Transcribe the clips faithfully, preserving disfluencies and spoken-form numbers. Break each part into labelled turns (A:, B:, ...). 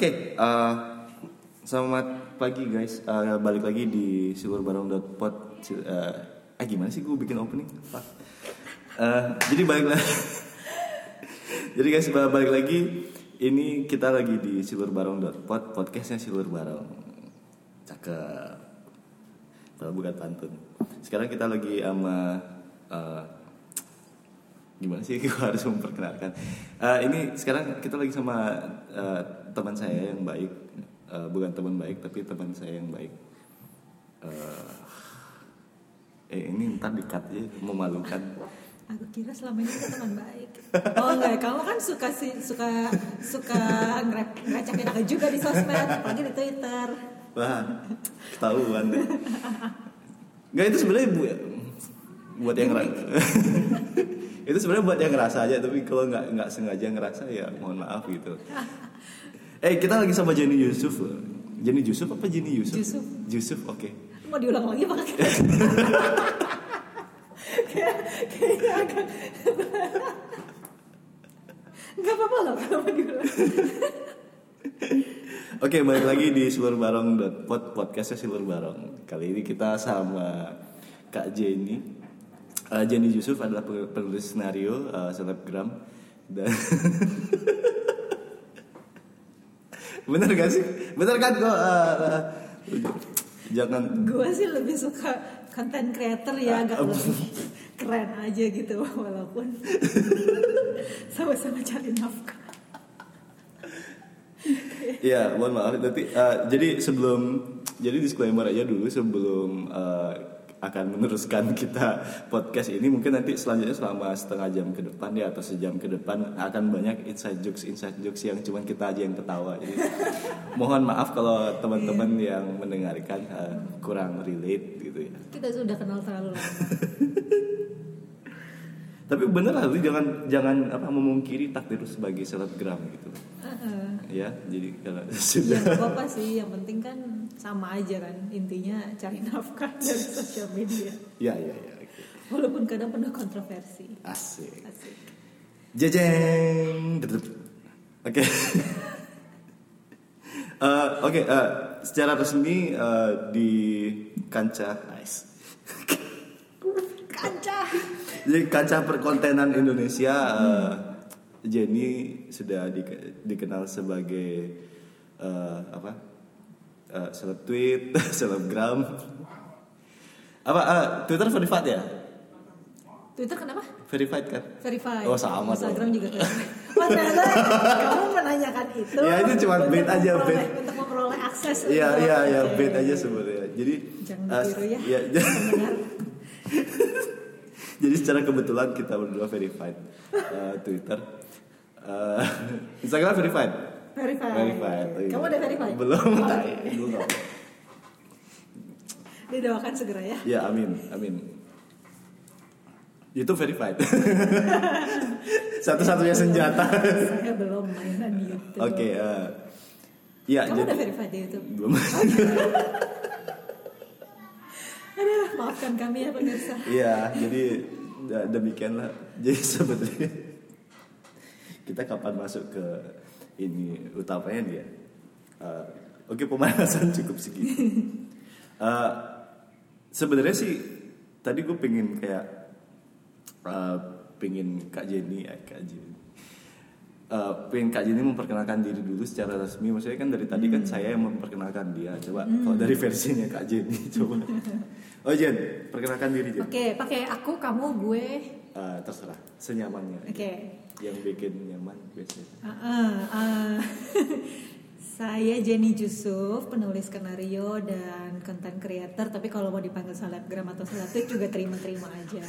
A: okay, uh, selamat pagi guys. Uh, balik lagi di silurbarong dot pod. Uh, eh gimana sih gue bikin opening? Uh, jadi balik lagi. Jadi guys, balik lagi. Ini kita lagi di silurbarong dot pod, podcastnya Silur Barong. Cakep. Kalau bukan pantun. Sekarang kita lagi sama uh, gimana sih gue harus memperkenalkan. Uh, ini sekarang kita lagi sama uh, teman saya yang baik, uh, bukan teman baik tapi teman saya yang baik. Uh, eh ini ntar di-cut aja, memalukan.
B: Aku kira selama ini kita teman baik. Oh enggak, kamu kan suka sih suka suka ngeracakin aku juga di sosmed, apalagi di Twitter. Wah,
A: ketahuan deh. Enggak, itu sebenarnya bu, buat yang ngerasa. Itu sebenarnya buat yang ngerasa aja, tapi kalau nggak nggak sengaja ngerasa ya mohon maaf gitu. Eh kita lagi sama Jenny Yusuf. Jenny Yusuf apa Jenny Yusuf?
B: Yusuf.
A: Yusuf, oke. Okay.
B: Mau diulang lagi apa? Kayak kayak agak nggak apa-apa loh kalau mau diulang.
A: Oke, okay, balik lagi di silurbarong dot pod, podcastnya Silur Barong. Kali ini kita sama Kak Jenny. Uh, Jenny Yusuf adalah penulis skenario, uh, selebgram dan bener gak sih? Bener kan kok? Uh, uh, jangan.
B: Gue sih lebih suka content creator ya, agak uh, lebih keren aja gitu walaupun sama-sama cari nafkah.
A: Iya, mohon maaf. Nanti, uh, jadi sebelum, jadi disclaimer aja dulu sebelum uh, akan meneruskan kita podcast ini. Mungkin nanti selanjutnya selama setengah jam ke depan ya atau sejam ke depan akan banyak inside jokes inside jokes yang cuma kita aja yang ketawa. Jadi mohon maaf kalau teman-teman yeah. yang mendengarkan uh, kurang relate gitu ya.
B: Kita sudah kenal terlalu lama.
A: Tapi bener lah, jangan jangan apa memungkiri takdir sebagai selebgram gitu.
B: Uh-uh.
A: Ya, jadi kalau sudah.
B: Ya apa sih, yang penting kan sama aja kan, intinya cari nafkah dari sosial media.
A: Ya ya ya. Okay.
B: Walaupun kadang penuh kontroversi.
A: Asik.
B: Asik.
A: Jejeng. Oke. Okay. uh, Oke. Okay, uh, secara resmi uh, di kancah nice.
B: Kancah.
A: Jadi kancah perkontenan Indonesia, hmm. uh, Jenny sudah di, dikenal sebagai uh, apa? Uh, seleb tweet, selebgram. Apa? Uh, Twitter verified ya?
B: Twitter kenapa?
A: Verified kan?
B: Verified.
A: Oh sama.
B: Instagram dong. Juga kan. Wah ternyata kamu menanyakan itu.
A: Ya itu cuma bait aja, bait.
B: Untuk memperoleh akses.
A: Iya iya iya, bait aja sebenarnya. Jadi
B: jangan ditiru uh, ya.
A: ya Jadi secara kebetulan kita berdua verified uh, Twitter, uh, Instagram verified.
B: Verified.
A: Verified.
B: Kamu udah verified?
A: Belum.
B: Oh,
A: Okay. Belum.
B: Didoakan segera ya.
A: Ya amin amin. Itu verified. Satu-satunya senjata.
B: Saya belum mainan di YouTube.
A: Oke. Okay, uh, ya.
B: Kamu
A: jadi,
B: udah verified di YouTube?
A: Belum.
B: Aduh, maafkan kami ya pemirsa.
A: Iya, jadi demikianlah. Jadi sebetulnya kita kapan masuk ke ini utamanya dia. Uh, Oke, okay, pemanasan cukup segitu. Uh, Sebenarnya sih tadi gue pengen kayak uh, pengen Kak Jenny, ya Kak Jenny. Uh, pengen Kak Jenny memperkenalkan diri dulu secara resmi. Maksudnya kan dari tadi kan hmm. saya yang memperkenalkan dia. Coba hmm. kalau dari versinya Kak Jenny coba. Oh Jen, perkenalkan diri Jen.
B: Oke, okay, pakai aku, kamu, gue.
A: Uh, terserah, senyamannya.
B: Oke. Okay.
A: Yang bikin nyaman biasanya.
B: Uh, uh, uh. Saya Jenny Yusuf, penulis skenario dan content creator. Tapi kalau mau dipanggil selebgram atau selebtit juga terima-terima aja.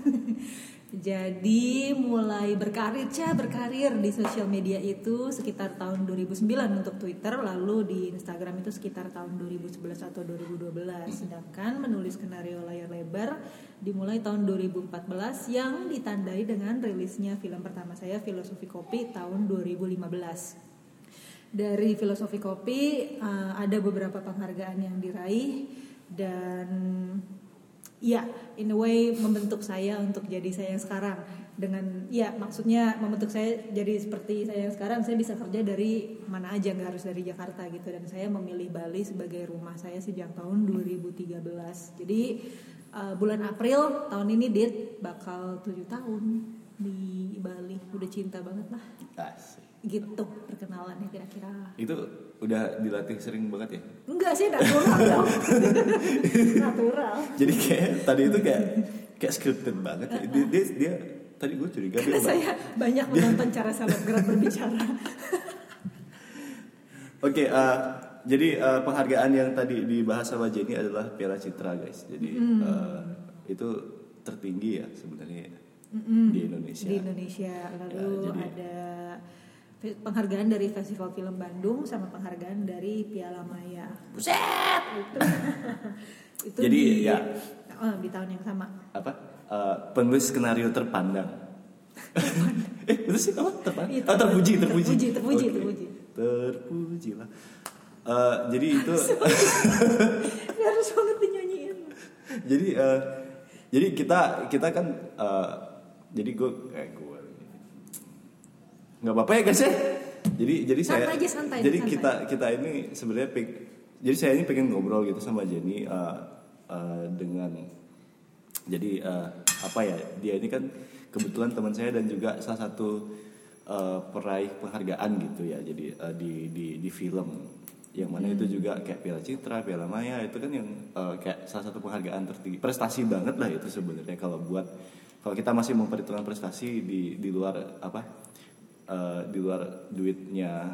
B: Jadi mulai berkarir, cah berkarir di sosial media itu sekitar tahun dua ribu sembilan untuk Twitter, lalu di Instagram itu sekitar tahun dua ribu sebelas atau dua ribu dua belas. Sedangkan menulis skenario layar lebar dimulai tahun dua ribu empat belas yang ditandai dengan rilisnya film pertama saya, Filosofi Kopi, tahun dua ribu lima belas. Dari Filosofi Kopi uh, ada beberapa penghargaan yang diraih dan ya in a way membentuk saya untuk jadi saya yang sekarang. Dengan ya maksudnya membentuk saya jadi seperti saya yang sekarang. Saya bisa kerja dari mana aja, nggak harus dari Jakarta gitu. Dan saya memilih Bali sebagai rumah saya sejak tahun dua ribu tiga belas. Jadi uh, bulan April tahun ini Dit bakal tujuh tahun di Bali. Udah cinta banget lah.
A: Asik.
B: Gitu perkenalannya kira-kira.
A: Itu udah dilatih sering banget ya?
B: Enggak sih, natural dong. Natural.
A: Jadi kayak tadi itu kayak kayak scripted banget ya. Dia, dia, dia tadi gue curiga
B: karena
A: dia
B: saya banyak menonton cara selebgram berbicara.
A: Oke, okay, uh, jadi uh, penghargaan yang tadi dibahas sama Jenny adalah Piala Citra guys. Jadi mm. uh, itu tertinggi ya sebenarnya mm-hmm. di Indonesia.
B: Di Indonesia. Lalu ya, jadi, ada penghargaan dari Festival Film Bandung sama penghargaan dari Piala Maya. Buset. Itu, itu
A: jadi
B: di,
A: ya
B: oh, di tahun yang sama.
A: Apa? Uh, penulis skenario terpandang. eh itu sih apa? Terpandang?
B: Itu,
A: oh, terpuji, terpuji,
B: terpuji, terpuji,
A: okay.
B: terpuji.
A: Terpuji lah. Uh, jadi itu.
B: Harus banget dinyanyiin.
A: jadi, uh, jadi kita kita kan, uh, jadi gue kayak gue, nggak apa-apa ya guys ya. Jadi jadi
B: santai
A: saya,
B: aja, santai,
A: jadi
B: santai.
A: kita kita ini sebenarnya, jadi saya ini pengen ngobrol gitu sama Jenny uh, uh, dengan Jadi uh, apa ya, dia ini kan kebetulan teman saya dan juga salah satu uh, peraih penghargaan gitu ya. Jadi uh, di di di film yang mana hmm. itu juga kayak Piala Citra, Piala Maya itu kan yang uh, kayak salah satu penghargaan tertinggi, prestasi banget lah itu sebenarnya kalau buat kalau kita masih memperhitungkan prestasi di di luar apa uh, di luar duitnya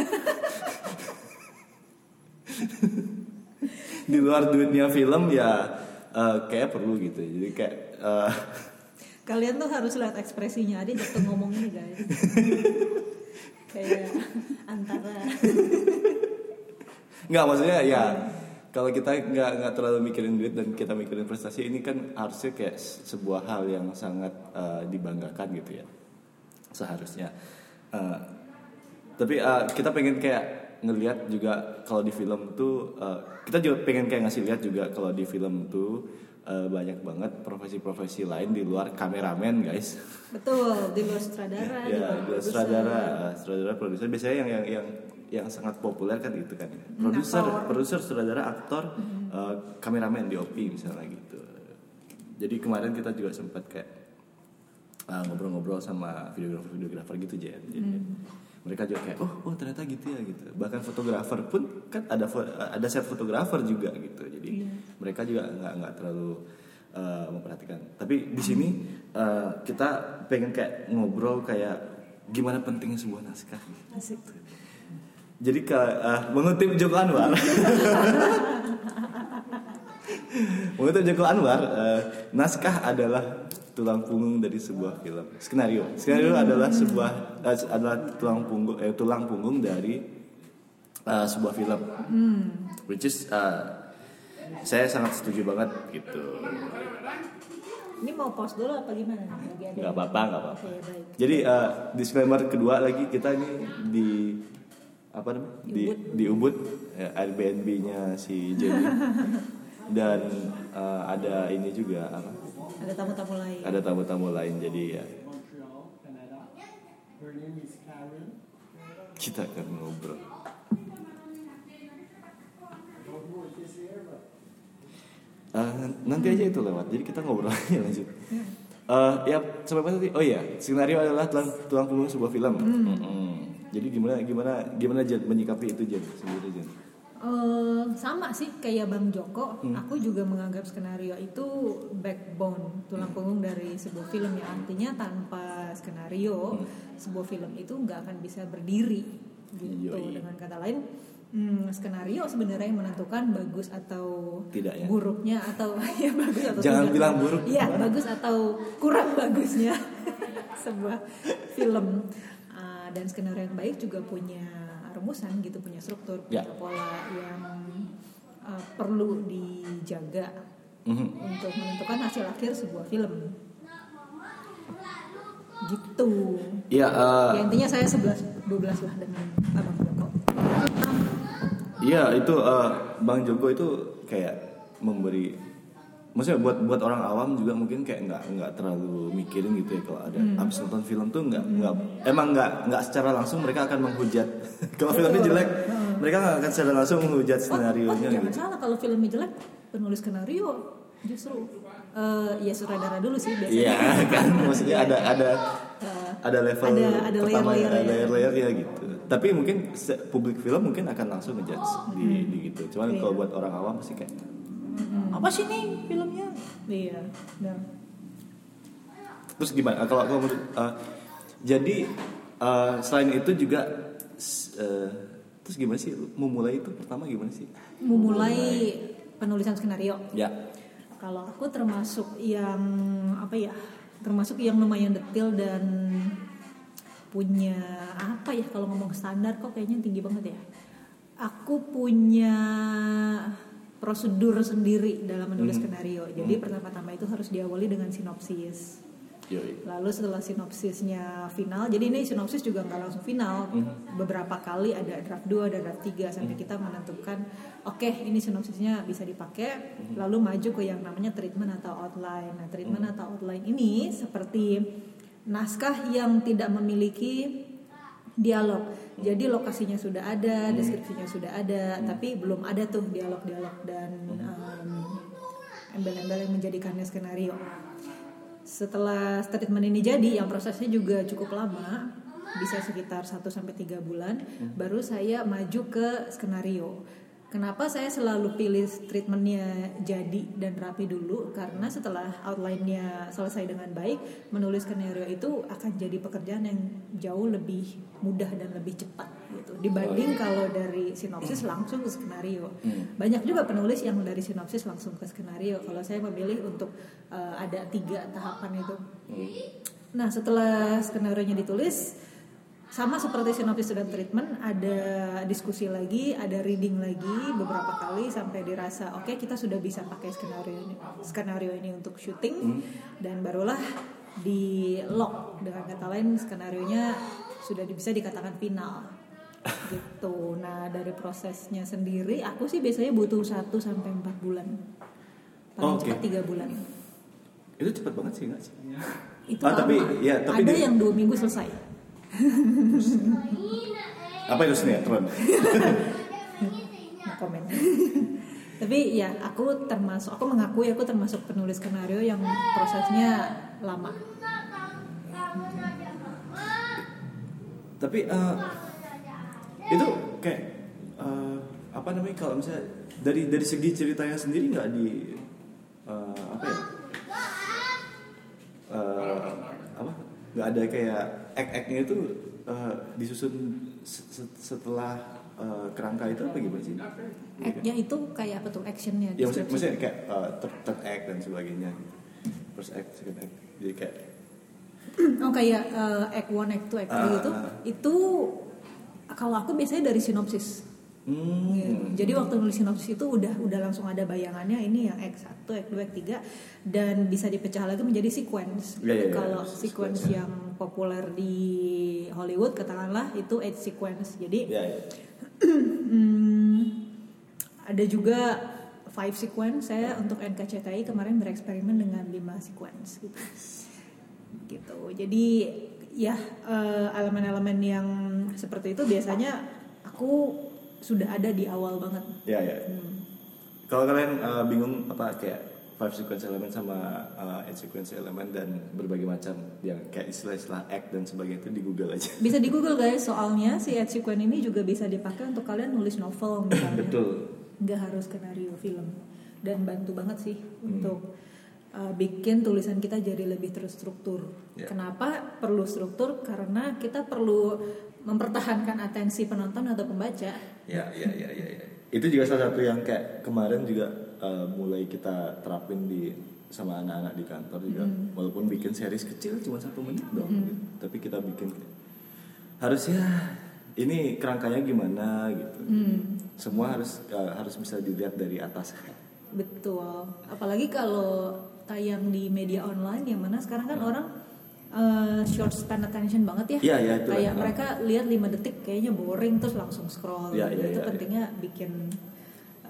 A: di luar duitnya film ya. Uh, kayak perlu gitu, jadi kayak uh...
B: kalian tuh harus lihat ekspresinya Adi waktu ngomong ini guys. Kayak antara
A: nggak, maksudnya ya kalau kita nggak nggak terlalu mikirin duit dan kita mikirin prestasi, ini kan harusnya kayak sebuah hal yang sangat uh, dibanggakan gitu ya seharusnya. Uh, tapi uh, kita pengen kayak ngelihat juga kalau di film tuh uh, kita juga pengen kayak ngasih lihat juga kalau di film tuh uh, banyak banget profesi-profesi lain di luar kameramen guys.
B: Betul, di luar sutradara,
A: ya,
B: di luar
A: sutradara, uh, sutradara, produser biasanya yang yang yang yang sangat populer kan itu kan. Produser, produser, sutradara, aktor, mm-hmm. uh, kameramen, D O P misalnya gitu. Jadi kemarin kita juga sempat kayak uh, ngobrol-ngobrol sama videografer-videografer gitu Jen. Jadi mm. mereka juga kayak oh oh ternyata gitu ya gitu. Bahkan fotografer pun kan ada ada set fotografer juga gitu. Jadi yeah. mereka juga nggak nggak terlalu uh, memperhatikan. Tapi di sini uh, kita pengen kayak ngobrol kayak gimana pentingnya sebuah naskah.
B: Asik.
A: Jadi ke uh, mengutip Joko Anwar. mengutip Joko Anwar, uh, naskah adalah tulang punggung dari sebuah film. Skenario, skenario hmm. adalah sebuah uh, adalah tulang punggung eh, tulang punggung dari uh, sebuah film. Hmm. Which is uh, saya sangat setuju banget gitu.
B: Ini mau pause dulu apa gimana?
A: Gak apa-apa, gak apa-apa.
B: Okay, baik.
A: Jadi uh, disclaimer kedua lagi, kita ini di apa namanya? Di di Ubud, ya, Airbnb-nya si Jenny. Dan uh, ada ini juga apa?
B: Ada tamu-tamu lain.
A: Ada tamu-tamu lain, jadi ya. Kita akan ngobrol. Uh, nanti aja itu lewat, jadi kita ngobrol aja lanjut. Uh, ya sampai mana tadi? Oh iya, skenario adalah tulang, tulang punggung sebuah film. Hmm. Mm-hmm. Jadi gimana gimana gimana Jen menyikapi itu Jen sendiri Jen?
B: Uh, sama sih kayak Bang Joko, hmm. aku juga menganggap skenario itu backbone, tulang punggung dari sebuah film, yang artinya tanpa skenario hmm. sebuah film itu nggak akan bisa berdiri gitu. Yoi. Dengan kata lain, hmm, skenario sebenarnya yang menentukan bagus atau
A: tidak, ya?
B: buruknya atau ya bagus atau
A: jangan
B: tidak.
A: bilang buruk.
B: Iya, bagus atau kurang bagusnya sebuah film. Uh, dan skenario yang baik juga punya rumusan gitu, punya struktur, punya
A: ya.
B: pola yang uh, perlu dijaga mm-hmm. untuk menentukan hasil akhir sebuah film. Gitu.
A: Iya. Uh,
B: ya, intinya saya sebelas dua belas lah dengan Abang Joko.
A: Iya itu uh, Bang Joko itu kayak memberi maksudnya buat buat orang awam juga mungkin kayak nggak nggak terlalu mikirin gitu ya kalau ada hmm. abis nonton film tuh nggak nggak hmm. emang nggak nggak secara langsung mereka akan menghujat kalau filmnya jelek hmm. mereka nggak akan secara langsung menghujat skenario nya.
B: Oh, oh jangan
A: gitu.
B: salah kalau filmnya jelek penulis skenario justru uh, ya sutradara dulu sih biasanya.
A: Iya kan maksudnya ada ada uh, ada level
B: ada, ada
A: pertama
B: layer-layer
A: ada layer-layer ya gitu. Tapi mungkin publik film mungkin akan langsung ngejudge hmm. di, di gitu. Cuman yeah. kalau buat orang awam pasti kayak
B: hmm. apa sih nih filmnya? Iya. Nah.
A: Terus gimana kalau kalau menurut uh, jadi uh, selain itu juga uh, terus gimana sih memulai itu pertama gimana sih?
B: Memulai penulisan skenario.
A: Ya.
B: Kalau aku termasuk yang apa ya? Termasuk yang lumayan detail dan punya apa ya kalau ngomong standar kok kayaknya tinggi banget ya. Aku punya prosedur sendiri dalam menulis hmm. skenario. Jadi hmm. pertama-tama itu harus diawali dengan sinopsis. Yoi. Lalu setelah sinopsisnya final, jadi ini sinopsis juga nggak langsung final. Hmm. Beberapa kali ada draft dua, ada draft tiga sampai hmm. kita menentukan oke okay, ini sinopsisnya bisa dipakai. Hmm. Lalu maju ke yang namanya treatment atau outline. Nah, treatment hmm. atau outline ini seperti naskah yang tidak memiliki dialog. Jadi lokasinya sudah ada, deskripsinya sudah ada, hmm. tapi belum ada tuh dialog-dialog dan um, embel-embel yang menjadikannya skenario. Setelah treatment ini jadi, yang prosesnya juga cukup lama, bisa sekitar satu sampai tiga bulan, hmm. baru saya maju ke skenario. Kenapa saya selalu pilih treatmentnya jadi dan rapi dulu? Karena setelah outline-nya selesai dengan baik, menulis skenario itu akan jadi pekerjaan yang jauh lebih mudah dan lebih cepat gitu. Dibanding oh, iya. kalau dari sinopsis langsung ke skenario. Hmm. Banyak juga penulis yang dari sinopsis langsung ke skenario. Kalau saya memilih untuk uh, ada tiga tahapan itu. Hmm. Nah, setelah skenarionya ditulis, sama seperti sinopsis dan treatment, ada diskusi lagi, ada reading lagi beberapa kali sampai dirasa oke okay, kita sudah bisa pakai skenario ini, skenario ini untuk syuting hmm. dan barulah di lock, dengan kata lain skenarionya sudah bisa dikatakan final gitu. Nah dari prosesnya sendiri aku sih biasanya butuh satu sampai empat bulan, paling oh, cepat tiga okay. bulan.
A: Itu cepat banget sih nggak sih?
B: Itu
A: ah, tapi, ya, tapi
B: ada
A: di...
B: yang dua minggu selesai.
A: Apa itu sinetron?
B: Komen. Tapi ya aku termasuk, aku mengakui aku termasuk penulis skenario yang prosesnya lama.
A: Tapi uh, itu kayak uh, apa namanya kalau misalnya dari dari segi ceritanya sendiri nggak di uh, apa ya? Uh, apa? Nggak ada kayak act-actnya itu uh, disusun setelah uh, kerangka itu apa gimana sih?
B: Act-nya itu kayak apa tuh actionnya?
A: Ya maksudnya, maksudnya kayak uh, third, third act dan sebagainya. First act, second act, jadi kayak
B: oh kayak uh, act one, act two, act three uh, itu uh, itu kalau aku biasanya dari sinopsis. Hmm. Gitu. Jadi waktu nulis sinopsis itu udah udah langsung ada bayangannya ini yang act satu, act dua, act tiga dan bisa dipecah lagi menjadi sequence.
A: Yeah, yeah,
B: Kalau
A: yeah,
B: sequence yeah. yang populer di Hollywood katakanlah itu eight sequence. Jadi yeah, yeah. hmm, ada juga five sequence. Saya yeah. untuk N K C T I kemarin bereksperimen dengan lima sequence gitu. Gitu. Jadi ya uh, elemen-elemen yang seperti itu biasanya aku sudah ada di awal banget.
A: Ya ya. Hmm. Kalau kalian uh, bingung apa kayak five sequence element sama uh, eight sequence element dan berbagai macam yang kayak istilah-istilah act dan sebagainya itu di Google aja.
B: Bisa di Google guys, soalnya si eight sequence ini juga bisa dipakai untuk kalian nulis novel misalnya.
A: Betul.
B: Nggak harus skenario film dan bantu banget sih hmm. untuk uh, bikin tulisan kita jadi lebih terstruktur. Yeah. Kenapa perlu struktur? Karena kita perlu mempertahankan atensi penonton atau pembaca.
A: Ya, ya, ya, ya, ya. Itu juga salah satu yang kayak kemarin juga uh, mulai kita terapin di sama anak-anak di kantor juga. Mm. Walaupun bikin series kecil cuma satu menit dong, mm. gitu. Tapi kita bikin harusnya ini kerangkanya gimana gitu. Mm. Semua harus uh, harus bisa dilihat dari atas.
B: Betul. Apalagi kalau tayang di media online yang mana sekarang kan mm. orang Uh, short span attention banget ya,
A: ya, ya
B: kayak
A: lah.
B: Mereka lihat lima detik kayaknya boring terus langsung scroll.
A: Ya, ya,
B: itu
A: ya,
B: pentingnya
A: ya.
B: bikin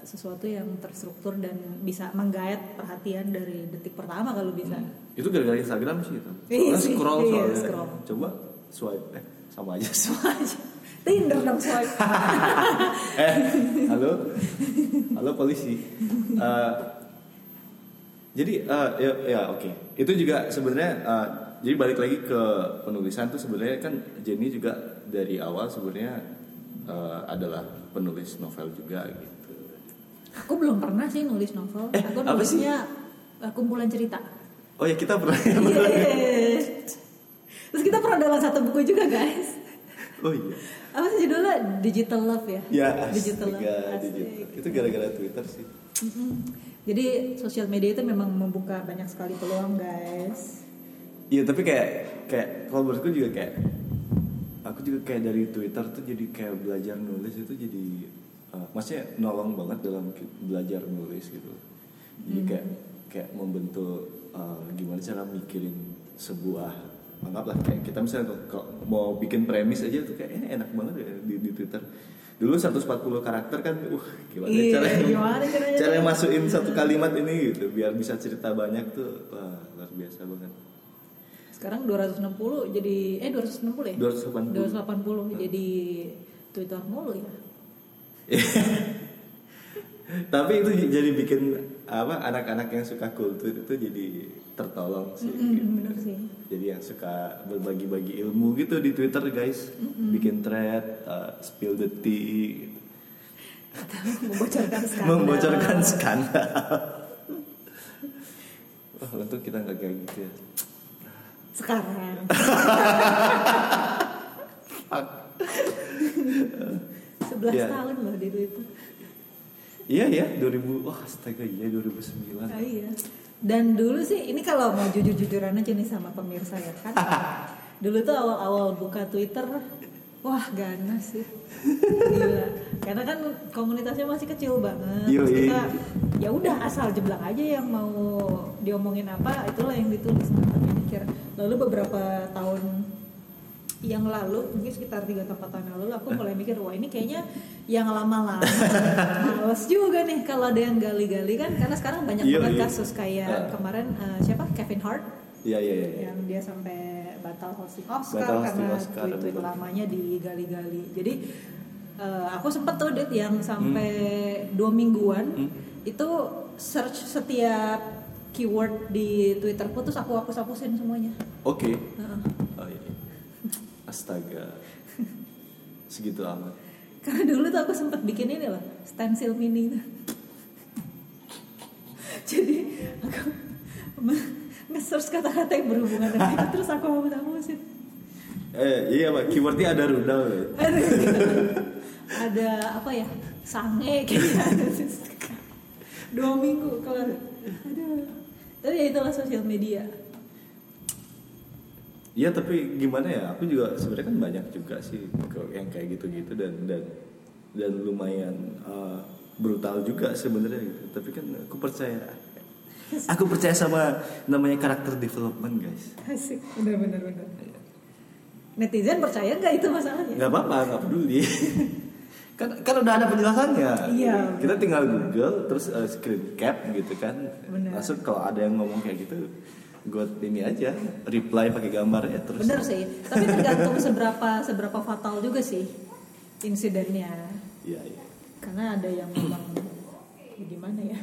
B: sesuatu yang terstruktur dan bisa menggait perhatian dari detik pertama kalau bisa.
A: Hmm. Itu gara-gara Instagram sih itu.
B: Iya sih,
A: Scroll
B: iya,
A: soalnya.
B: scroll.
A: Coba swipe eh sama aja sih.
B: Sama aja. Tinder dong swipe.
A: eh, halo, halo polisi. Uh, jadi uh, ya, ya oke. Okay. Itu juga sebenarnya. Uh, jadi balik lagi ke penulisan tuh sebenarnya kan Jenny juga dari awal sebenarnya uh, adalah penulis novel juga gitu.
B: Aku belum pernah sih nulis novel.
A: Eh,
B: aku
A: apa
B: nulisnya sih? Kumpulan cerita.
A: Oh ya kita pernah.
B: Yeah. Terus kita pernah dalam satu buku juga guys.
A: Oh iya.
B: Apa sih judulnya? Digital Love ya?
A: Ya,
B: Digital Love.
A: Digital. Itu gara-gara Twitter sih.
B: Mm-hmm. Jadi sosial media itu memang membuka banyak sekali peluang guys.
A: Iya tapi kayak kayak kalau menurutku juga kayak aku juga kayak dari Twitter tuh jadi kayak belajar nulis itu jadi uh, maksudnya nolong banget dalam belajar nulis gitu. Jadi kayak kayak membentuk uh, gimana cara mikirin sebuah anggaplah kayak kita misalnya kalau mau bikin premis aja tuh kayak ini enak banget ya di, di Twitter. Dulu seratus empat puluh karakter kan, uh gimana
B: iya,
A: cara
B: gimana caranya
A: cara masukin satu kalimat ini gitu biar bisa cerita banyak tuh wah luar biasa banget.
B: Sekarang dua ratus enam puluh jadi eh dua ratus enam puluh ya?
A: dua ratus delapan puluh
B: dua ratus delapan puluh jadi Twitter mulu ya.
A: Tapi itu jadi bikin apa anak-anak yang suka kultur itu jadi tertolong sih.
B: Mm-hmm,
A: gitu.
B: bener sih.
A: Jadi yang suka berbagi-bagi ilmu gitu di Twitter guys, mm-hmm. bikin thread, uh, spill the tea, gitu.
B: Membocorkan skandal.
A: Membocorkan skandal. Wah, oh, untung kita nggak kayak gitu ya.
B: Sekarang. sebelas yeah. tahun loh di Twitter.
A: Iya ya, dua ribu wah astaga iya dua ribu sembilan.
B: Ah, iya. Dan dulu sih ini kalau mau jujur-jujuran aja nih sama pemirsa ya kan. Dulu tuh awal-awal buka Twitter, wah ganas sih. Gila. Karena kan komunitasnya masih kecil banget.
A: Terus
B: kita ya udah asal jeblak aja yang mau diomongin apa itulah yang ditulis. Tapi mikir. Lalu beberapa tahun yang lalu mungkin sekitar tiga atau empat tahun lalu aku mulai mikir wah ini kayaknya yang lama-lama males juga nih kalau ada yang gali-gali kan karena sekarang banyak
A: iya,
B: banget
A: iya.
B: kasus kayak uh. kemarin uh, siapa Kevin Hart
A: iya, iya, iya.
B: yang dia sampai batal hosting Oscar
A: batal
B: karena
A: Oscar,
B: tweet-tweet lamanya digali-gali jadi uh, aku sempet tuh det yang sampai hmm. dua mingguan hmm. itu search setiap keyword di Twitter terus aku hapus-hapusin semuanya.
A: Oke. Okay.
B: Uh-uh.
A: Oh iya. Astaga. Segitu amat.
B: Karena dulu tuh aku sempat bikin ini loh, stensil mini tuh. Jadi aku nge-search kata-kata yang berhubungan dengan itu terus aku hapus-hapusin.
A: Eh iya Pak, keywordnya ada rudal ya.
B: Ada gitu. Ada apa ya? Sange kayak gitu. Dua minggu kelar. Aduh. Tapi ya itulah sosial media.
A: Iya tapi gimana ya? Aku juga sebenarnya kan banyak juga sih yang kayak gitu-gitu dan dan dan lumayan uh, brutal juga sebenarnya gitu. Tapi kan aku percaya, aku percaya sama namanya karakter development guys.
B: Asik, benar-benar benar. Netizen percaya nggak itu masalahnya?
A: Nggak apa-apa, nggak peduli. kan kan udah ada penjelasannya.
B: Iya.
A: Kita tinggal Google terus uh, screen cap gitu kan.
B: Benar.
A: Langsung kalau ada yang ngomong kayak gitu. Gue ini aja reply pakai gambar ya terus.
B: Bener sih, tapi tergantung seberapa seberapa fatal juga sih insidennya.
A: Iya iya.
B: Karena ada yang memang ya gimana ya?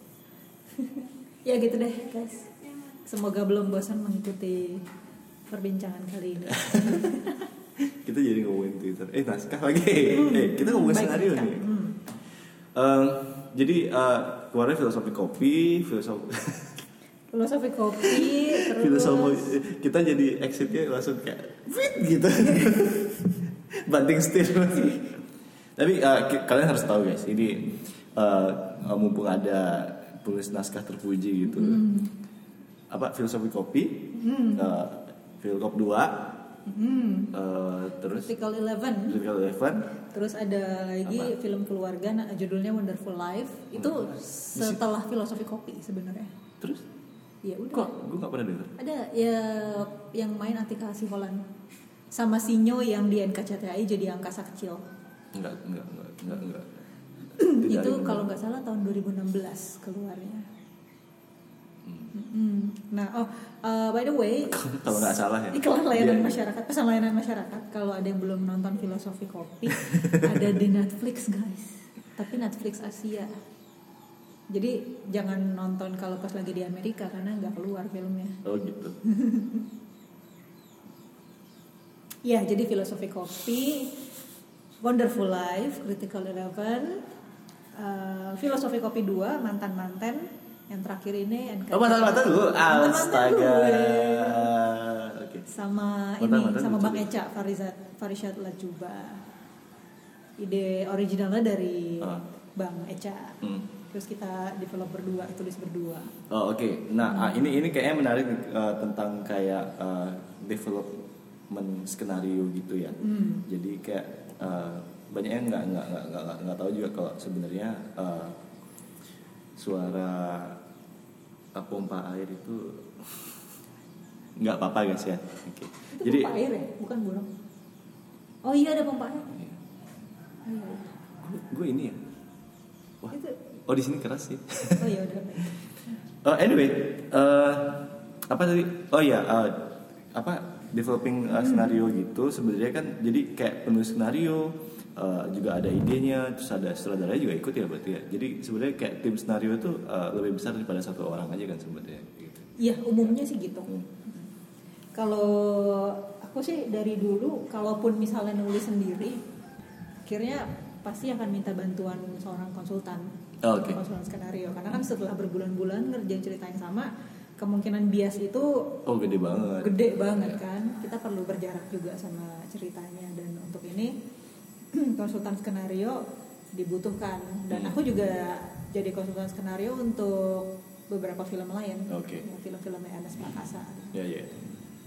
B: Ya gitu deh guys. Semoga belum bosan mengikuti perbincangan kali ini.
A: Kita jadi ngomongin Twitter. Eh naskah lagi. Hmm. Eh kita ngomongin skenario nih. Hmm. Um, jadi uh, kemarin filosofi kopi, filosofi
B: filosofi kopi terus
A: filosofi kita jadi exitnya langsung kayak fit gitu banting setir tapi uh, k- kalian harus tahu guys ini uh, mumpung ada tulis naskah terpuji gitu hmm. apa filosofi kopi hmm. uh, Filkop dua hmm. uh, terus
B: Critical Eleven
A: Critical Eleven
B: terus ada lagi apa? Film keluarga nah, judulnya Wonderful Life itu hmm. setelah filosofi kopi sebenarnya
A: terus
B: ya udah.
A: Kok gue gak pernah dengar?
B: Ada ya yang main Atika Hasiholan sama Sinyo yang di N K C T I jadi angkasa kecil.
A: Enggak, enggak, enggak, enggak, enggak.
B: Itu kalau nggak salah tahun dua ribu enam belas keluarnya. Hmm. Nah, oh uh, by the way,
A: kalau nggak salah ya.
B: Iklan layanan
A: yeah.
B: masyarakat, pesan layanan masyarakat. Kalau ada yang belum nonton Filosofi Kopi, ada di Netflix guys. Tapi Netflix Asia. Jadi jangan nonton kalau pas lagi di Amerika karena nggak keluar filmnya.
A: Oh gitu.
B: Ya, jadi Filosofi Kopi, Wonderful Life, Critical Eleven, uh, Filosofi Kopi dua, Mantan-Mantan, yang terakhir ini N K C T H I.
A: Oh mantan-mantan dulu, astaga.
B: Oke. Sama
A: mantan,
B: ini,
A: mantan
B: sama Bang
A: juga.
B: Eca, Farizat, Farizat Lajuba. Ide originalnya dari
A: oh.
B: Bang Eca. Hmm. Terus kita develop berdua, tulis berdua.
A: Oh oke. Okay. Nah hmm. ini ini kayaknya menarik uh, tentang kayak uh, development skenario gitu ya. Hmm. Jadi kayak uh, banyak yang nggak nggak nggak nggak nggak tahu juga kalau sebenarnya uh, suara uh, pompa air itu nggak apa-apa guys ya. Oke. Okay.
B: Itu
A: Jadi
B: pompa air ya, bukan burung. Oh iya ada pompa air.
A: Iya.
B: Iya.
A: Gue ini ya. Wah.
B: Itu.
A: Oh di sini keras sih.
B: Oh ya udah.
A: uh, anyway, uh, apa tadi? Oh ya, uh, apa developing uh, skenario gitu sebenarnya kan jadi kayak penulis skenario uh, juga ada idenya, terus ada sutradaranya juga ikut ya berarti ya. Jadi sebenarnya kayak tim skenario itu uh, lebih besar daripada satu orang aja kan sebenarnya. Gitu.
B: Iya umumnya sih gitu.
A: Hmm.
B: Kalau aku sih dari dulu, kalaupun misalnya nulis sendiri, akhirnya pasti akan minta bantuan seorang konsultan,
A: oh, okay.
B: konsultan skenario. Karena kan setelah berbulan-bulan ngerjain cerita yang sama, kemungkinan bias itu
A: oh gede banget,
B: gede banget yeah. kan. Kita perlu berjarak juga sama ceritanya dan untuk ini konsultan skenario dibutuhkan. Dan hmm. aku juga jadi konsultan skenario untuk beberapa film lain,
A: okay.
B: ya, film-filmnya Ernest Prakasa.
A: Ya yeah, ya. Yeah.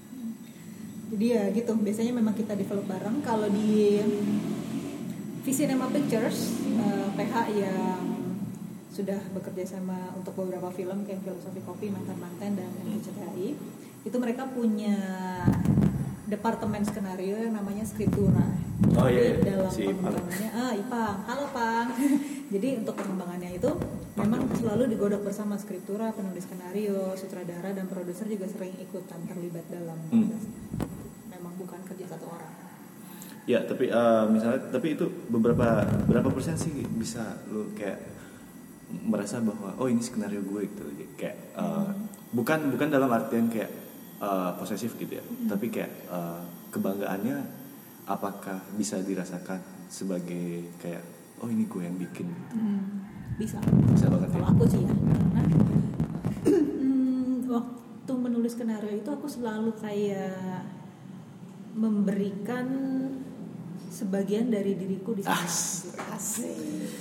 B: Jadi ya gitu, biasanya memang kita develop bareng. Kalau di V-Cinema Pictures, uh, P H yang sudah bekerja sama untuk beberapa film kayak Filosofi Kopi, Mantan-Mantan, dan N K C T H I, itu mereka punya departemen skenario yang namanya Skriptura.
A: Oh iya,
B: yeah. Dalam
A: si
B: pengembangannya, ah Ipang, halo Pang. Jadi untuk pengembangannya itu memang selalu digodok bersama Skriptura, penulis skenario, sutradara, dan produser juga sering ikutan terlibat dalam proses. Hmm. Memang bukan kerja satu orang.
A: Ya, tapi uh, misalnya, tapi itu beberapa berapa persen sih bisa lu kayak merasa bahwa oh ini skenario gue gitu, kayak uh, hmm. bukan bukan dalam artian kayak uh, posesif gitu ya, hmm. tapi kayak uh, kebanggaannya apakah bisa dirasakan sebagai kayak oh ini gue yang bikin gitu.
B: Hmm, bisa.
A: Bisa banget.
B: Kalau
A: ya?
B: aku sih ya, karena hmm, waktu menulis skenario itu aku selalu kayak memberikan sebagian dari diriku di sana.
A: As-
B: gitu. Asik.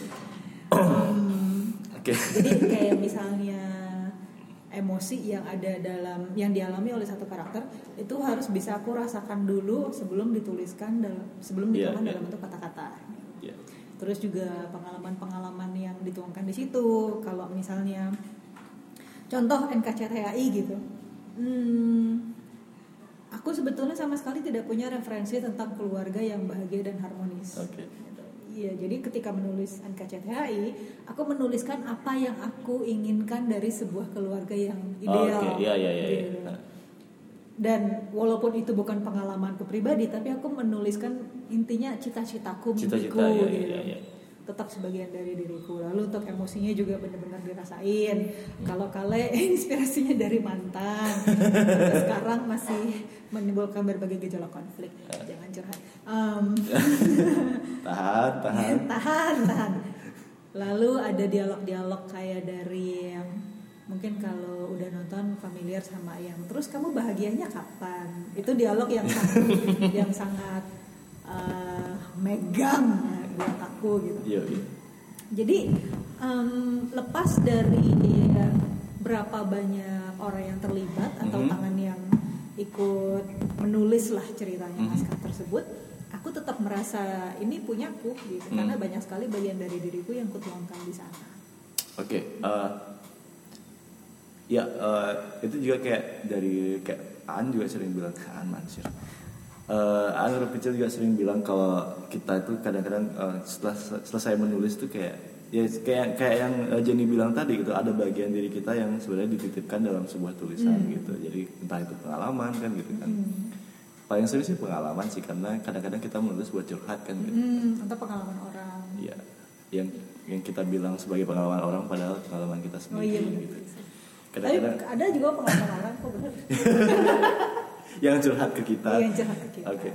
B: um,
A: Oke. Okay.
B: Jadi kayak misalnya emosi yang ada dalam yang dialami oleh satu karakter itu harus bisa aku rasakan dulu sebelum dituliskan dalam sebelum dituangkan yeah, yeah. dalam bentuk kata-kata.
A: Yeah.
B: Terus juga pengalaman-pengalaman yang dituangkan di situ. Kalau misalnya contoh N K C T H I gitu. Hmm, aku sebetulnya sama sekali tidak punya referensi tentang keluarga yang bahagia dan harmonis.
A: Oke. Okay.
B: Iya, jadi ketika menulis N K C T H I, aku menuliskan apa yang aku inginkan dari sebuah keluarga yang ideal.
A: Oh, okay. Iya, iya, iya.
B: Gitu. Dan walaupun itu bukan pengalamanku pribadi, tapi aku menuliskan intinya cita-citaku, mimpiku,
A: Cita-cita, iya,
B: gitu.
A: iya, iya.
B: Tetap sebagian dari diriku. Lalu untuk emosinya juga benar-benar dirasain. Hmm. Kalau kale inspirasinya dari mantan, sampai sekarang masih menimbulkan berbagai gejolak konflik. Jangan curhat. Um,
A: tahan, tahan.
B: tahan, tahan. Lalu ada dialog-dialog kayak dari yang mungkin kalau udah nonton familiar sama yang terus kamu bahagianya kapan? Itu dialog yang sangat, yang sangat uh, megang buat aku gitu.
A: Iya, iya.
B: Jadi um, lepas dari ya, berapa banyak orang yang terlibat atau mm-hmm. tangan yang ikut menulis lah ceritanya mm-hmm. naskah tersebut, aku tetap merasa ini punyaku gitu mm. karena banyak sekali bagian dari diriku yang kutuangkan di sana.
A: Oke, okay, uh, ya uh, itu juga kayak dari kayak Aan juga sering bilang Aan Mansur. Uh, Aan Rupicil juga sering bilang kalau kita itu kadang-kadang uh, setelah selesai menulis tuh kayak Ya kayak kayak yang uh, Jenny bilang tadi gitu, ada bagian diri kita yang sebenarnya dititipkan dalam sebuah tulisan hmm. gitu. Jadi entah itu pengalaman kan gitu kan. Hmm. Paling sering sih pengalaman sih, karena kadang-kadang kita menulis buat curhat kan gitu.
B: Hmm, atau pengalaman orang.
A: Iya. Yang yang kita bilang sebagai pengalaman orang padahal pengalaman kita sendiri. Oh iya benar. Gitu.
B: Kadang-kadang tapi ada juga pengalaman orang kok benar.
A: Yang curhat ke kita.
B: Yang curhat ke kita.
A: Oke. Okay.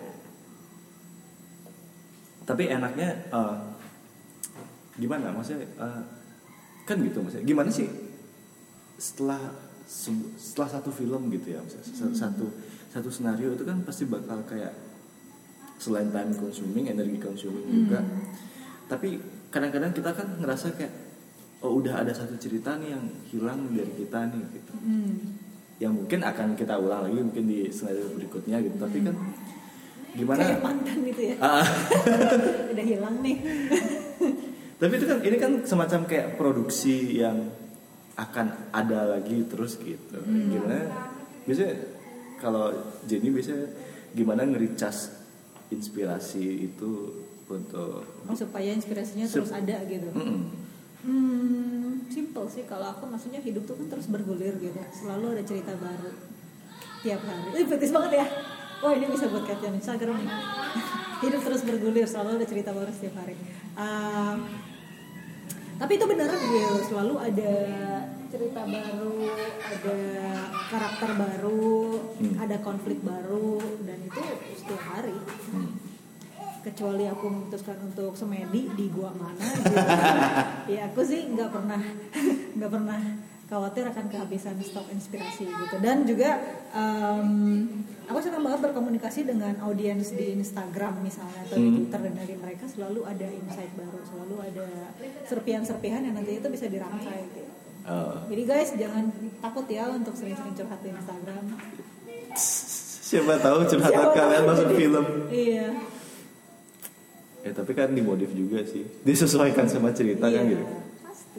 A: Tapi enaknya uh, gimana? Maksudnya uh, kan gitu maksudnya. Gimana sih setelah setelah satu film gitu ya, maksudnya hmm. satu satu senario itu kan pasti bakal kayak selain time consuming, energy consuming hmm. juga. Tapi kadang-kadang kita kan ngerasa kayak oh udah ada satu cerita nih yang hilang dari kita nih gitu. Hmm. Yang mungkin akan kita ulang lagi mungkin di senario berikutnya gitu. Hmm. Tapi kan gimana?
B: Kayak mantan gitu ya. Udah hilang nih.
A: Tapi itu kan ini kan semacam kayak produksi yang akan ada lagi terus gitu. Hmm. Gimana? Biasanya kalau Jenny biasanya gimana nge-recharge inspirasi itu untuk
B: oh, supaya inspirasinya terus Sup- ada gitu. Mm-hmm. Hmm, simple sih kalau aku, maksudnya hidup tuh kan terus bergulir gitu. Selalu ada cerita baru tiap hari. Ih, betis banget ya. Wah, ini bisa buat caption Instagram nih. Hidup terus bergulir, selalu ada cerita baru setiap hari. Um, tapi itu benar gitu, selalu ada cerita baru, ada karakter baru, hmm. ada konflik baru, dan itu setiap hari. Hmm. Kecuali aku memutuskan untuk semedi di gua mana gitu. Ya aku sih nggak pernah nggak pernah khawatir akan kehabisan stok inspirasi gitu. Dan juga um, aku senang banget berkomunikasi dengan audiens di Instagram misalnya atau di Twitter, dan dari mereka selalu ada insight baru, selalu ada serpihan-serpihan yang nanti itu bisa dirangkai gitu. Oh. Jadi guys jangan takut ya untuk sering-sering curhat di Instagram.
A: Siapa tahu curhatan kalian masuk film.
B: Iya.
A: Ya tapi kan dimodif juga sih, disesuaikan sama cerita iya, kan gitu.
B: Pasti.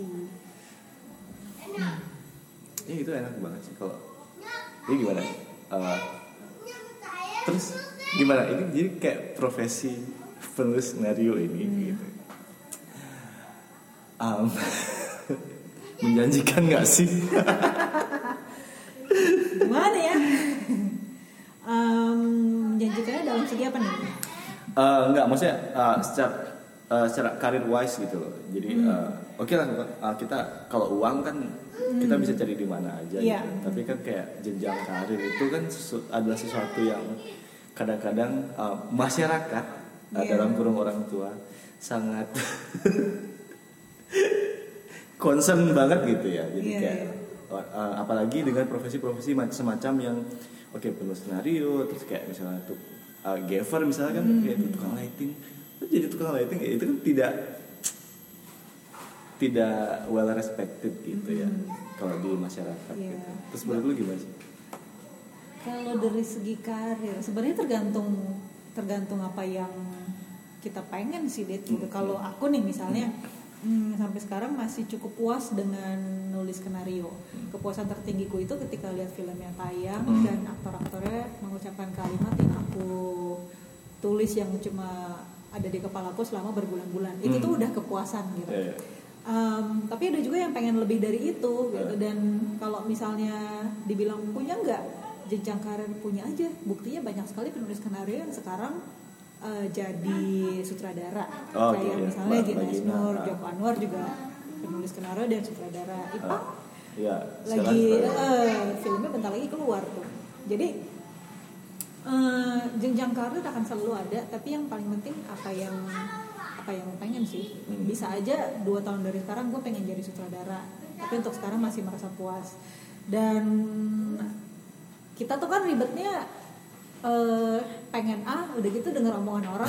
A: Ya itu enak banget sih kalau. Ini gimana? Uh, terus gimana? Ini jadi kayak profesi penulis skenario ini hmm. gitu. Um, menjanjikan nggak sih?
B: Gimana ya? Um, menjanjikannya dalam segi apa nih?
A: Uh, enggak, maksudnya uh, secara uh, secara career wise gitu loh. Jadi hmm. uh, oke okay lah uh, kita kalau uang kan hmm. kita bisa cari di mana aja yeah. gitu. Tapi kan kayak jenjang karir itu kan sesu- adalah sesuatu yang kadang-kadang uh, masyarakat yeah. uh, dalam kurung orang tua sangat concern banget gitu ya. Jadi yeah, kayak yeah. Uh, apalagi dengan profesi-profesi semacam yang oke okay, penulis skenario, terus kayak misalnya tuh Uh, Gaver misalnya kan hmm. kayak itu tukang lighting, jadi tukang lighting ya itu kan tidak tidak well respected gitu hmm. ya kalau di masyarakat. Yeah. Gitu. Terus menurut lu gimana sih?
B: Kalau dari segi karir sebenarnya tergantung tergantung apa yang kita pengen sih deh gitu. Hmm. Kalau aku nih misalnya hmm. Hmm, sampai sekarang masih cukup puas dengan nulis skenario. Hmm. Kepuasan tertinggiku itu ketika lihat filmnya tayang hmm. dan aktor-aktornya mengucapkan kalimat yang aku tulis yang cuma ada di kepalaku selama berbulan-bulan. Hmm. Itu tuh udah kepuasan gitu. Yeah. Um, tapi ada juga yang pengen lebih dari itu gitu. Yeah. Dan kalau misalnya dibilang punya nggak jenjang karir, punya aja. Buktinya banyak sekali penulis skenario yang sekarang uh, jadi sutradara. Oh, kayak okay, misalnya Gina Esnur, Joko Anwar juga penulis skenario dan sutradara. Ipa uh, yeah, lagi uh, filmnya bentar lagi keluar tuh. Jadi uh, jenjang karir akan selalu ada, tapi yang paling penting apa yang apa yang pengen sih. Hmm. Bisa aja dua tahun dari sekarang gue pengen jadi sutradara, tapi untuk sekarang masih merasa puas. Dan kita tuh kan ribetnya uh, pengen A, udah gitu denger omongan orang.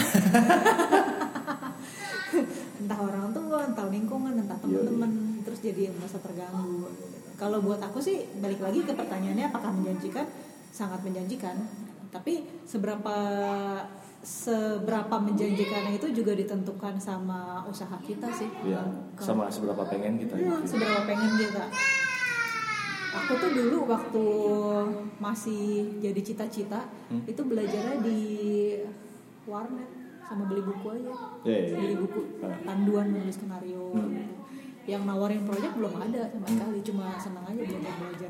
B: Entah orang tua, entah lingkungan, entah teman-teman, terus jadi merasa terganggu. Kalau buat aku sih balik lagi ke pertanyaannya, apakah menjanjikan? Sangat menjanjikan. Tapi seberapa seberapa menjanjikan itu juga ditentukan sama usaha kita sih.
A: Ya, sama seberapa pengen kita.
B: Hmm, gitu. Seberapa pengen kita. Aku tuh dulu waktu masih jadi cita-cita hmm? itu belajarnya di warnet sama beli buku aja.
A: Yeah, yeah.
B: Beli buku panduan menulis skenario. Hmm. Gitu. Yang nawarin proyek belum ada sama sekali, cuma senang aja belajar belajar.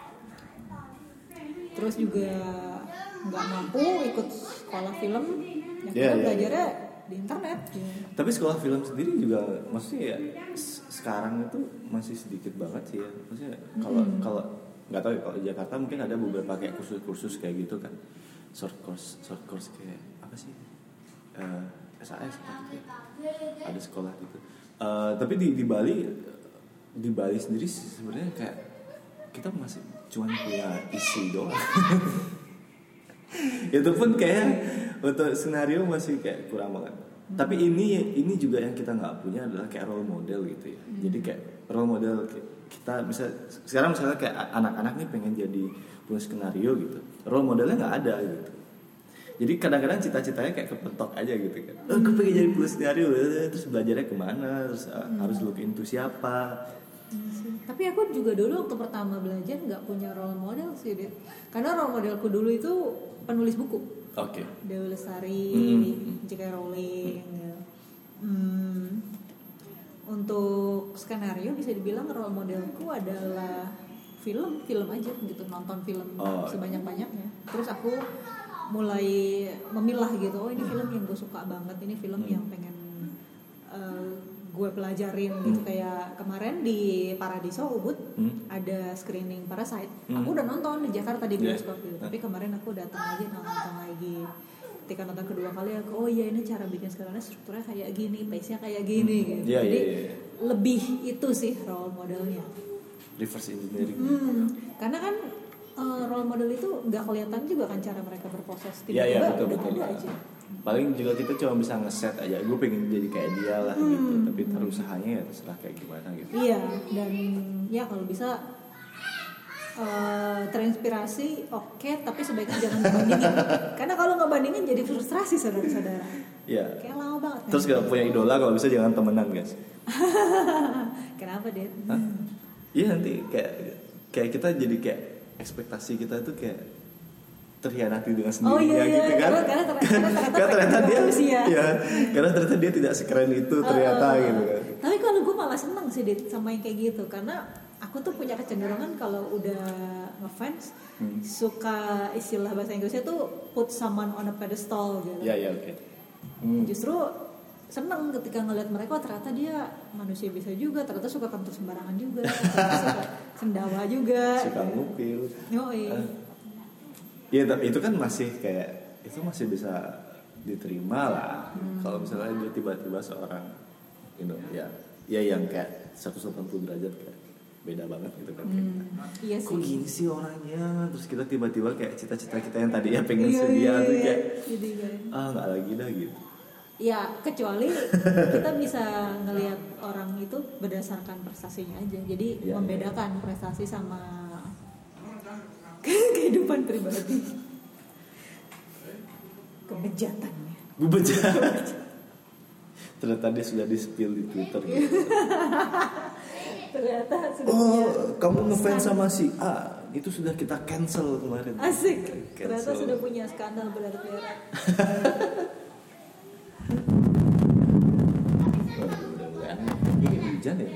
B: Terus juga nggak mampu ikut sekolah film, ya kita yeah, belajarnya yeah. di internet. Gitu.
A: Tapi sekolah film sendiri juga maksudnya ya sekarang itu masih sedikit banget sih ya. Maksudnya kalau hmm. kalau nggak tahu ya, kalau di Jakarta mungkin ada beberapa kayak kursus-kursus kayak gitu kan, short course short course kayak apa sih uh, S A S gitu ya. Ada sekolah gitu. Uh, tapi di di Bali di Bali sendiri sebenarnya kayak kita masih cuma punya isi doang. Itu pun kayak untuk skenario masih kayak kurang banget. Hmm. Tapi ini ini juga yang kita nggak punya adalah kayak role model gitu ya. Hmm. Jadi kayak role model kita bisa sekarang misalnya kayak anak-anak nih pengen jadi penulis skenario gitu. Role modelnya nggak ada gitu. Jadi kadang-kadang cita-citanya kayak kepentok aja gitu kan. Oh, gue pengen jadi penulis skenario, terus belajarnya kemana, terus hmm. harus look into siapa.
B: Hmm. Tapi aku juga dulu waktu pertama belajar nggak punya role model sih, Dit. Karena role modelku dulu itu penulis buku.
A: Oke. Okay.
B: Dewi Lestari,
A: hmm.
B: J K Rowling. Hmm. Ya. Hmm. Untuk skenario bisa dibilang role modelku adalah film, film aja gitu, nonton film oh. sebanyak-banyaknya. Terus aku mulai memilah gitu, oh ini film yang gue suka banget, ini film hmm. yang pengen uh, gue pelajarin hmm. gitu. Kayak kemarin di Paradiso Ubud hmm. ada screening Parasite, hmm. aku udah nonton di Jakarta di bioskop yeah. gitu, tapi kemarin aku datang lagi nonton lagi. Ketika nonton kedua kali aku, oh iya ini cara bikin skenario strukturnya kayak gini, pace-nya kayak gini hmm. gitu. Yeah, jadi yeah, yeah. lebih itu sih role modelnya.
A: Reverse engineering.
B: Hmm. Karena kan uh, role model itu nggak kelihatan juga kan cara mereka berproses, tiba-tiba
A: ya, ya, betul,
B: udah
A: betul.
B: ada aja.
A: Paling juga kita cuma bisa ngeset aja, gue pengen jadi kayak dia lah hmm. gitu, tapi terus usahanya ya terserah kayak gimana gitu.
B: Iya, dan ya kalau bisa uh, terinspirasi oke, okay, tapi sebaiknya jangan dibandingin. Karena kalau ngebandingin jadi frustrasi saudara-saudara.
A: Iya.
B: Kayak lama banget.
A: Terus kalau punya idola kalau bisa jangan temenan guys.
B: Kenapa Dit?
A: Iya nanti kayak kayak kita jadi kayak ekspektasi kita tuh kayak terhianati dengan sendirinya oh, iya, iya. gitu kan. Karena, karena, ternyata, karena ternyata, karena ternyata dia ya. ya, karena ternyata dia tidak sekeren itu ternyata uh, gitu kan.
B: Tapi kalau gue malah seneng sih Dit sama yang kayak gitu, karena aku tuh punya kecenderungan kalau udah ngefans hmm. suka istilah bahasa Inggrisnya tuh put someone on a pedestal gitu.
A: Iya iya oke. Okay.
B: Hmm. Justru seneng ketika ngeliat mereka, oh, ternyata dia manusia bisa juga, ternyata suka kentut sembarangan juga, suka sendawa juga,
A: suka ngupil.
B: Yoi.
A: Iya, tapi itu kan masih kayak itu masih bisa diterima lah. Hmm. Kalau misalnya dia tiba-tiba seorang, you know, ya, ya yang kayak seratus delapan puluh derajat kayak beda banget gitu kan.
B: Hmm. Iya sih.
A: Kok gini sih orangnya? Terus kita tiba-tiba kayak cita-cita kita yang tadi ya pengen
B: iya,
A: sedia
B: iya,
A: tuh
B: iya.
A: kayak,
B: Jadi,
A: ah nggak lagi dah gitu.
B: Ya kecuali kita bisa ngelihat orang itu berdasarkan prestasinya aja. Jadi ya, membedakan ya. prestasi sama kehidupan pribadi, kebejatannya.
A: Bejat. Ternyata dia sudah di spill di Twitter gitu.
B: Ternyata sudah.
A: Oh, kamu ngefans sama si A, itu sudah kita cancel kemarin.
B: Asik.
A: Cancel.
B: Ternyata sudah punya skandal berat-berat.
A: Ini hujan ya?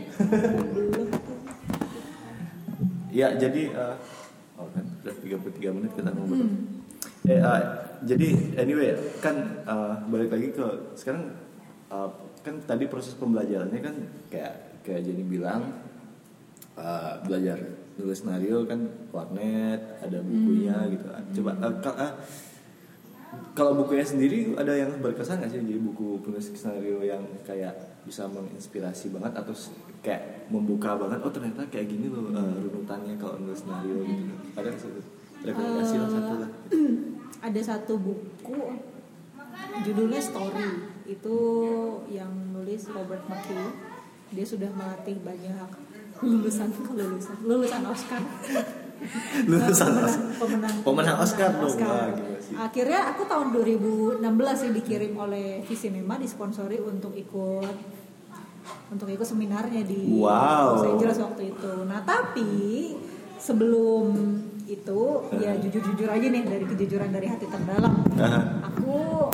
A: Ya jadi uh, oh kan sudah tiga puluh tiga menit kita ngobrol. Hmm. Eh, uh, jadi anyway kan uh, balik lagi ke sekarang uh, kan tadi proses pembelajarannya kan kayak kayak Jenny bilang uh, belajar nulis skenario kan warnet, ada bukunya hmm. gitu. Coba uh, uh, kalau bukunya sendiri ada yang berkesan nggak sih jadi buku penulis skenario yang kayak bisa menginspirasi banget atau kayak membuka banget, oh ternyata kayak gini loh uh, runutannya kalau nulis skenario gitu. Ada nggak sih rekomendasi uh, satu lah?
B: Ada satu buku judulnya Story, itu yang nulis Robert McKee. Dia sudah melatih banyak lulusan lulusan lulusan Oscar.
A: lulusan
B: pemenang, pemenang,
A: pemenang Oscar dong.
B: Oscar. Akhirnya aku tahun dua ribu enam belas sih dikirim oleh Visinema, disponsori untuk ikut untuk ikut seminarnya di
A: wow.
B: Los Angeles waktu itu. Nah tapi sebelum itu uh. ya jujur-jujur aja nih dari kejujuran dari hati terdalam, uh. aku menemukan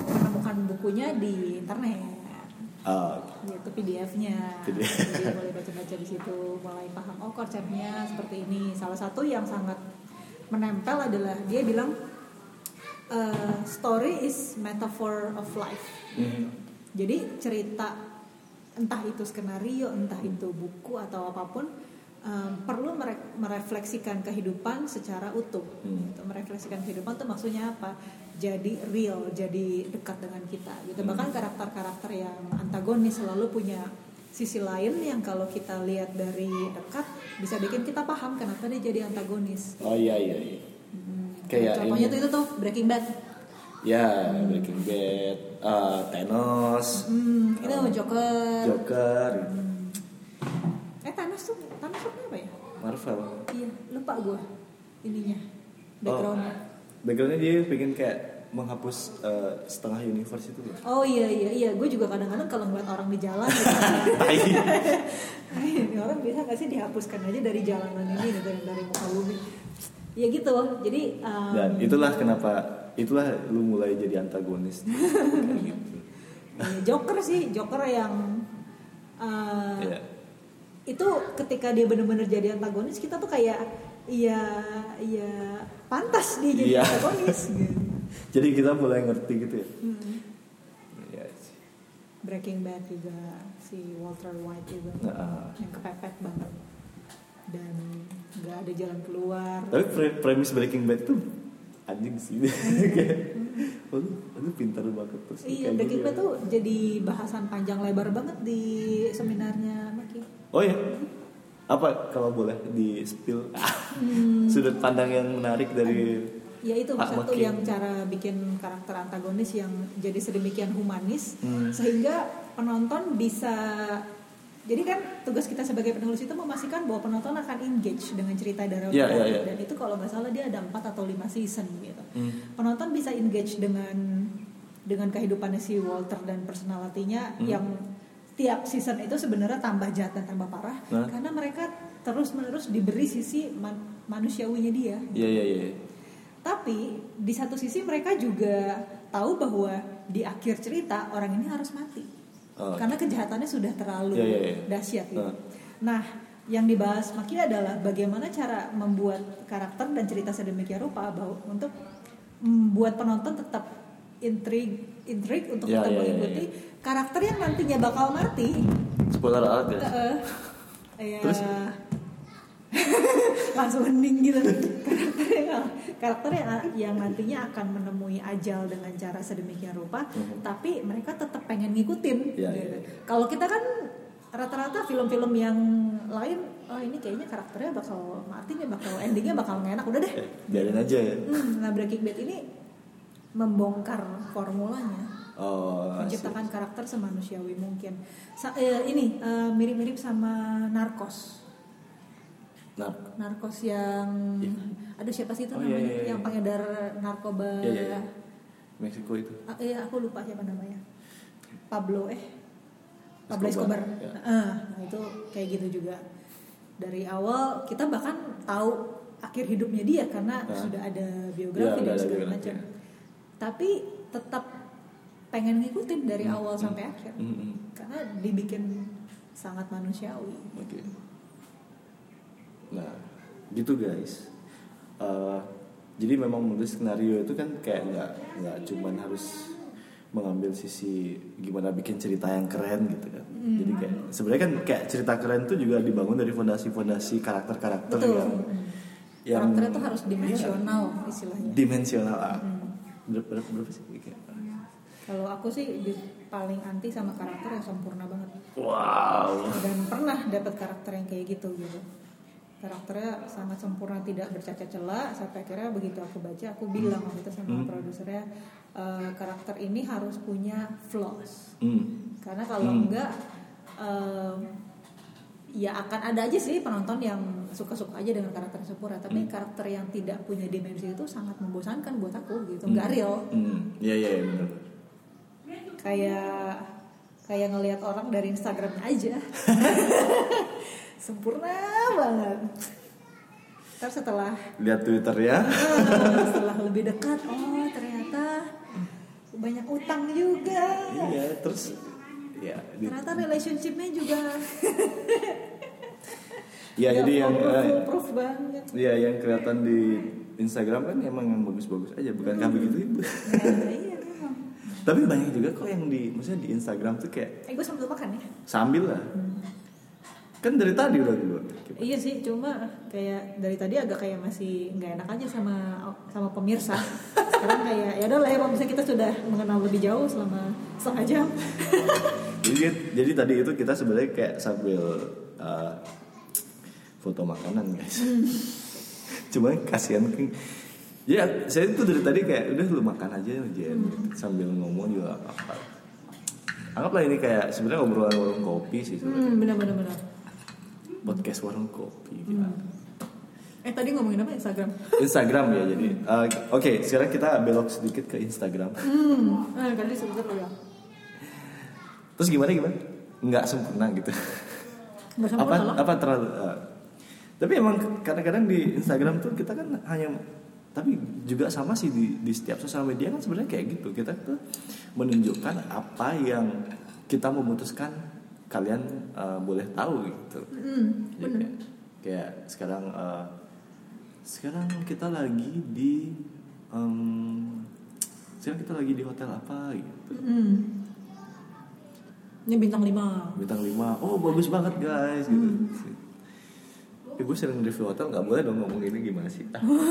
B: menemukan bukunya di internet.
A: Oh.
B: Itu P D F-nya.
A: P D F.
B: Jadi boleh baca-baca di situ, mulai paham oh konsepnya seperti ini. Salah satu yang sangat menempel adalah dia bilang uh, story is metaphor of life. Mm-hmm. Jadi cerita entah itu skenario, entah itu buku atau apapun um, perlu mere- merefleksikan kehidupan secara utuh. Mm. Gitu. Merefleksikan kehidupan itu maksudnya apa? Jadi real, jadi dekat dengan kita. Gitu. Mm. Bahkan karakter-karakter yang antagonis selalu punya sisi lain yang kalau kita lihat dari dekat bisa bikin kita paham kenapa dia jadi antagonis.
A: Oh iya iya. iya.
B: Hmm.
A: Kayak
B: contohnya
A: ini.
B: tuh itu tuh Breaking Bad.
A: Ya, hmm. Breaking Bad, uh, Thanos,
B: hmm, itu
A: uh,
B: Joker.
A: Joker.
B: Hmm. Eh Thanos tuh, Thanos tuh apa ya?
A: Marvel.
B: Iya, lupa gue ininya, backgroundnya.
A: Oh, backgroundnya dia pengen kayak menghapus uh, setengah universe itu ya.
B: Oh iya iya iya, gue juga kadang-kadang kalau ngeliat orang di jalan gitu. Ini orang bisa nggak sih dihapuskan aja dari jalanan ini dari dari muka bumi? Ya gitu, jadi. Um,
A: Dan itulah kenapa itulah lu mulai jadi antagonis. Kayak gitu.
B: Joker sih, Joker yang uh,
A: yeah.
B: itu ketika dia benar-benar jadi antagonis kita tuh kayak iya iya pantas dia jadi yeah. antagonis. Gitu.
A: Jadi kita mulai ngerti gitu ya.
B: Hmm.
A: Yes.
B: Breaking Bad juga si Walter White juga nah. yang kepepet banget dan nggak ada jalan keluar.
A: Tapi pre- premis Breaking Bad itu anjing sih. Kayak, oh, lu pintar banget terus.
B: Iya, Breaking Bad tuh jadi bahasan panjang lebar banget di seminarnya Maki.
A: Oh ya. Apa kalau boleh di spill hmm. sudut pandang yang menarik dari
B: ya itu satu yang cara bikin karakter antagonis yang jadi sedemikian humanis hmm. sehingga penonton bisa, jadi kan tugas kita sebagai penulis itu memastikan bahwa penonton akan engage dengan cerita dari
A: yeah, yeah, yeah.
B: dan itu kalau nggak salah dia ada empat atau lima season gitu. Hmm. Penonton bisa engage dengan dengan kehidupannya si Walter dan personalitinya hmm. yang tiap season itu sebenarnya tambah jahat dan tambah parah nah. karena mereka terus menerus diberi sisi man- manusiawinya dia.
A: Iya iya iya.
B: Tapi di satu sisi mereka juga tahu bahwa di akhir cerita orang ini harus mati oh. karena kejahatannya sudah terlalu yeah, yeah, yeah. dahsyat gitu. Uh. Nah, yang dibahas Maki adalah bagaimana cara membuat karakter dan cerita sedemikian rupa bahwa untuk membuat penonton tetap intrig, intrig untuk yeah, tetap yeah, mengikuti yeah, yeah. karakter yang nantinya bakal mati.
A: Spoiler alert ya.
B: Uh, ya.
A: Terus
B: langsung hening gitu karakter yang karakter yang, yang nantinya akan menemui ajal dengan cara sedemikian rupa mm-hmm. tapi mereka tetap pengen ngikutin
A: yeah,
B: gitu.
A: yeah.
B: Kalau kita kan rata-rata film-film yang lain oh ini kayaknya karakternya bakal mati nih, bakal endingnya bakal nggak enak, udah deh
A: eh, biarin aja ya.
B: hmm, nah Breaking Bad ini membongkar formulanya.
A: Oh,
B: menciptakan asik. Karakter semanusiawi mungkin. Sa- eh, ini uh, mirip-mirip sama Narcos.
A: Nar-
B: Narcos yang yeah. aduh siapa sih itu
A: oh,
B: namanya
A: yeah, yeah, yeah.
B: yang pengedar narkoba.
A: Iya yeah, yeah, yeah. Meksiko itu.
B: Ah, iya aku lupa siapa namanya. Pablo eh Pablo
A: Escobar.
B: Escobar.
A: Yeah.
B: Ah, nah itu kayak gitu juga. Dari awal kita bahkan tahu akhir hidupnya dia karena nah. sudah ada biografi
A: yeah,
B: dan segala macam.
A: Ya.
B: Tapi tetap pengen ngikutin dari hmm. awal hmm. sampai akhir
A: hmm.
B: karena dibikin sangat manusiawi.
A: Oke. Okay. Nah, gitu guys. Uh, jadi memang menulis skenario itu kan kayak nggak nggak cuman harus mengambil sisi gimana bikin cerita yang keren gitu kan. Hmm. Jadi kayak sebenarnya kan kayak cerita keren itu juga dibangun dari fondasi-fondasi karakter-karakter
B: betul.
A: yang
B: yang karakternya itu harus dimensional ya, istilahnya.
A: Dimensional ah.
B: Hmm.
A: Berapa, berapa sih kayak?
B: Kalau aku sih paling anti sama karakter yang sempurna banget.
A: Wow.
B: Dan pernah dapat karakter yang kayak gitu gitu. Karakternya sangat sempurna, tidak bercacat celah. Sampai akhirnya begitu aku baca, aku bilang waktu itu sama hmm. produsernya, e, karakter ini harus punya flaws. Hmm. Karena kalau hmm. enggak, um, ya akan ada aja sih penonton yang suka-suka aja dengan karakter sempurna. Tapi hmm. karakter yang tidak punya dimensi itu sangat membosankan buat aku gitu. Enggak hmm. real.
A: Iya hmm. iya ya, benar.
B: Kayak kayak ngelihat orang dari Instagramnya aja sempurna banget. Terus setelah
A: lihat Twitter ya,
B: setelah lebih dekat, oh ternyata banyak utang juga.
A: Iya, terus ya
B: ternyata relationship-nya juga
A: ya jadi yang
B: full proof banget.
A: Iya, yang kelihatan di Instagram kan emang yang bagus-bagus aja, bukankah hmm. begitu Ibu?
B: Ya, iya memang.
A: Tapi banyak juga kok yang di maksudnya di Instagram tuh kayak
B: eh gue sambil makan ya.
A: Sambil lah. Hmm. Kan dari tadi udah dulu.
B: Iya sih, cuma kayak dari tadi agak kayak masih nggak enak aja sama sama pemirsa. Sekarang kayak ya udah lah ya, misalnya kita sudah mengenal lebih jauh selama setengah jam.
A: jadi, jadi tadi itu kita sebenarnya kayak sambil uh, foto makanan guys. Hmm. Cuma kasihan kan. Ya saya itu dari tadi kayak udah lu makan aja aja hmm. sambil ngomong juga apa. Anggaplah ini kayak sebenarnya obrolan warung kopi sih sebenarnya.
B: Hmm, benar-benar benar.
A: Podcast warung kopi.
B: Hmm. Eh tadi ngomongin apa Instagram?
A: Instagram ya jadi. Uh, Oke okay, sekarang kita belok sedikit ke Instagram.
B: Hmm. Eh tadi sebentar ya.
A: Terus gimana gimana? Nggak sempurna gitu.
B: Nggak sempurna
A: apa
B: lah.
A: apa terlalu. Uh, tapi emang kadang-kadang di Instagram tuh kita kan hanya, tapi juga sama sih di, di setiap sosial media kan sebenarnya kayak gitu. Kita tuh menunjukkan apa yang kita memutuskan kalian uh, boleh tahu gitu.
B: Mm,
A: ya, kayak, kayak sekarang uh, sekarang kita lagi di um, sekarang kita lagi di hotel apa gitu.
B: Mm. Ini bintang lima.
A: Bintang lima. Oh bagus banget guys. Gitu. Mm. Ya, gue sering review hotel, nggak boleh dong ngomong ini gimana sih?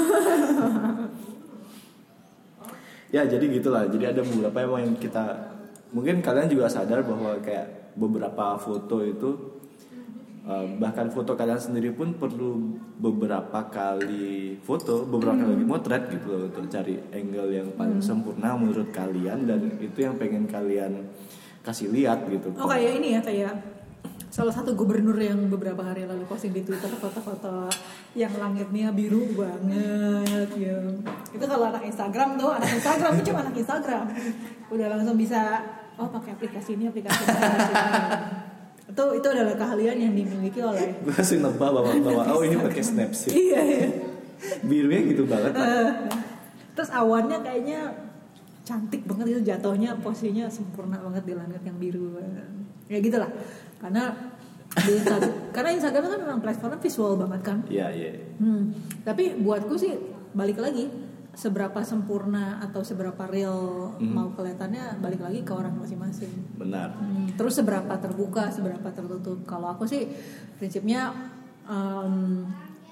A: Ya jadi gitulah. Jadi ada beberapa emang yang kita, mungkin kalian juga sadar bahwa kayak beberapa foto itu uh, bahkan foto kalian sendiri pun perlu beberapa kali foto, beberapa hmm. kali motret gitu loh untuk cari angle yang paling hmm. sempurna menurut kalian, dan itu yang pengen kalian kasih lihat gitu.
B: Oh kayak ini ya, kayak salah satu gubernur yang beberapa hari lalu posting di Twitter foto-foto yang langitnya biru banget ya. Itu kalau anak Instagram tuh, anak Instagram itu cuma anak Instagram. Udah langsung bisa oh pakai aplikasi ini, aplikasi ini. Aplikasi ini. Itu itu adalah keahlian yang dimiliki oleh.
A: Gue langsung nebak bawa-bawa. Oh ini pakai Snapseed.
B: Iya iya.
A: Birunya gitu banget. Uh,
B: terus awannya kayaknya cantik banget itu jatuhnya, posisinya sempurna banget di langit yang biru. Ya gitulah. Karena di Instagram, karena Instagram kan memang platformnya visual banget kan.
A: Iya iya.
B: Hmm, tapi buatku sih balik lagi, seberapa sempurna atau seberapa real hmm. mau kelihatannya balik lagi ke orang masing-masing.
A: Benar.
B: Hmm, terus seberapa terbuka, seberapa tertutup. Kalau aku sih prinsipnya um,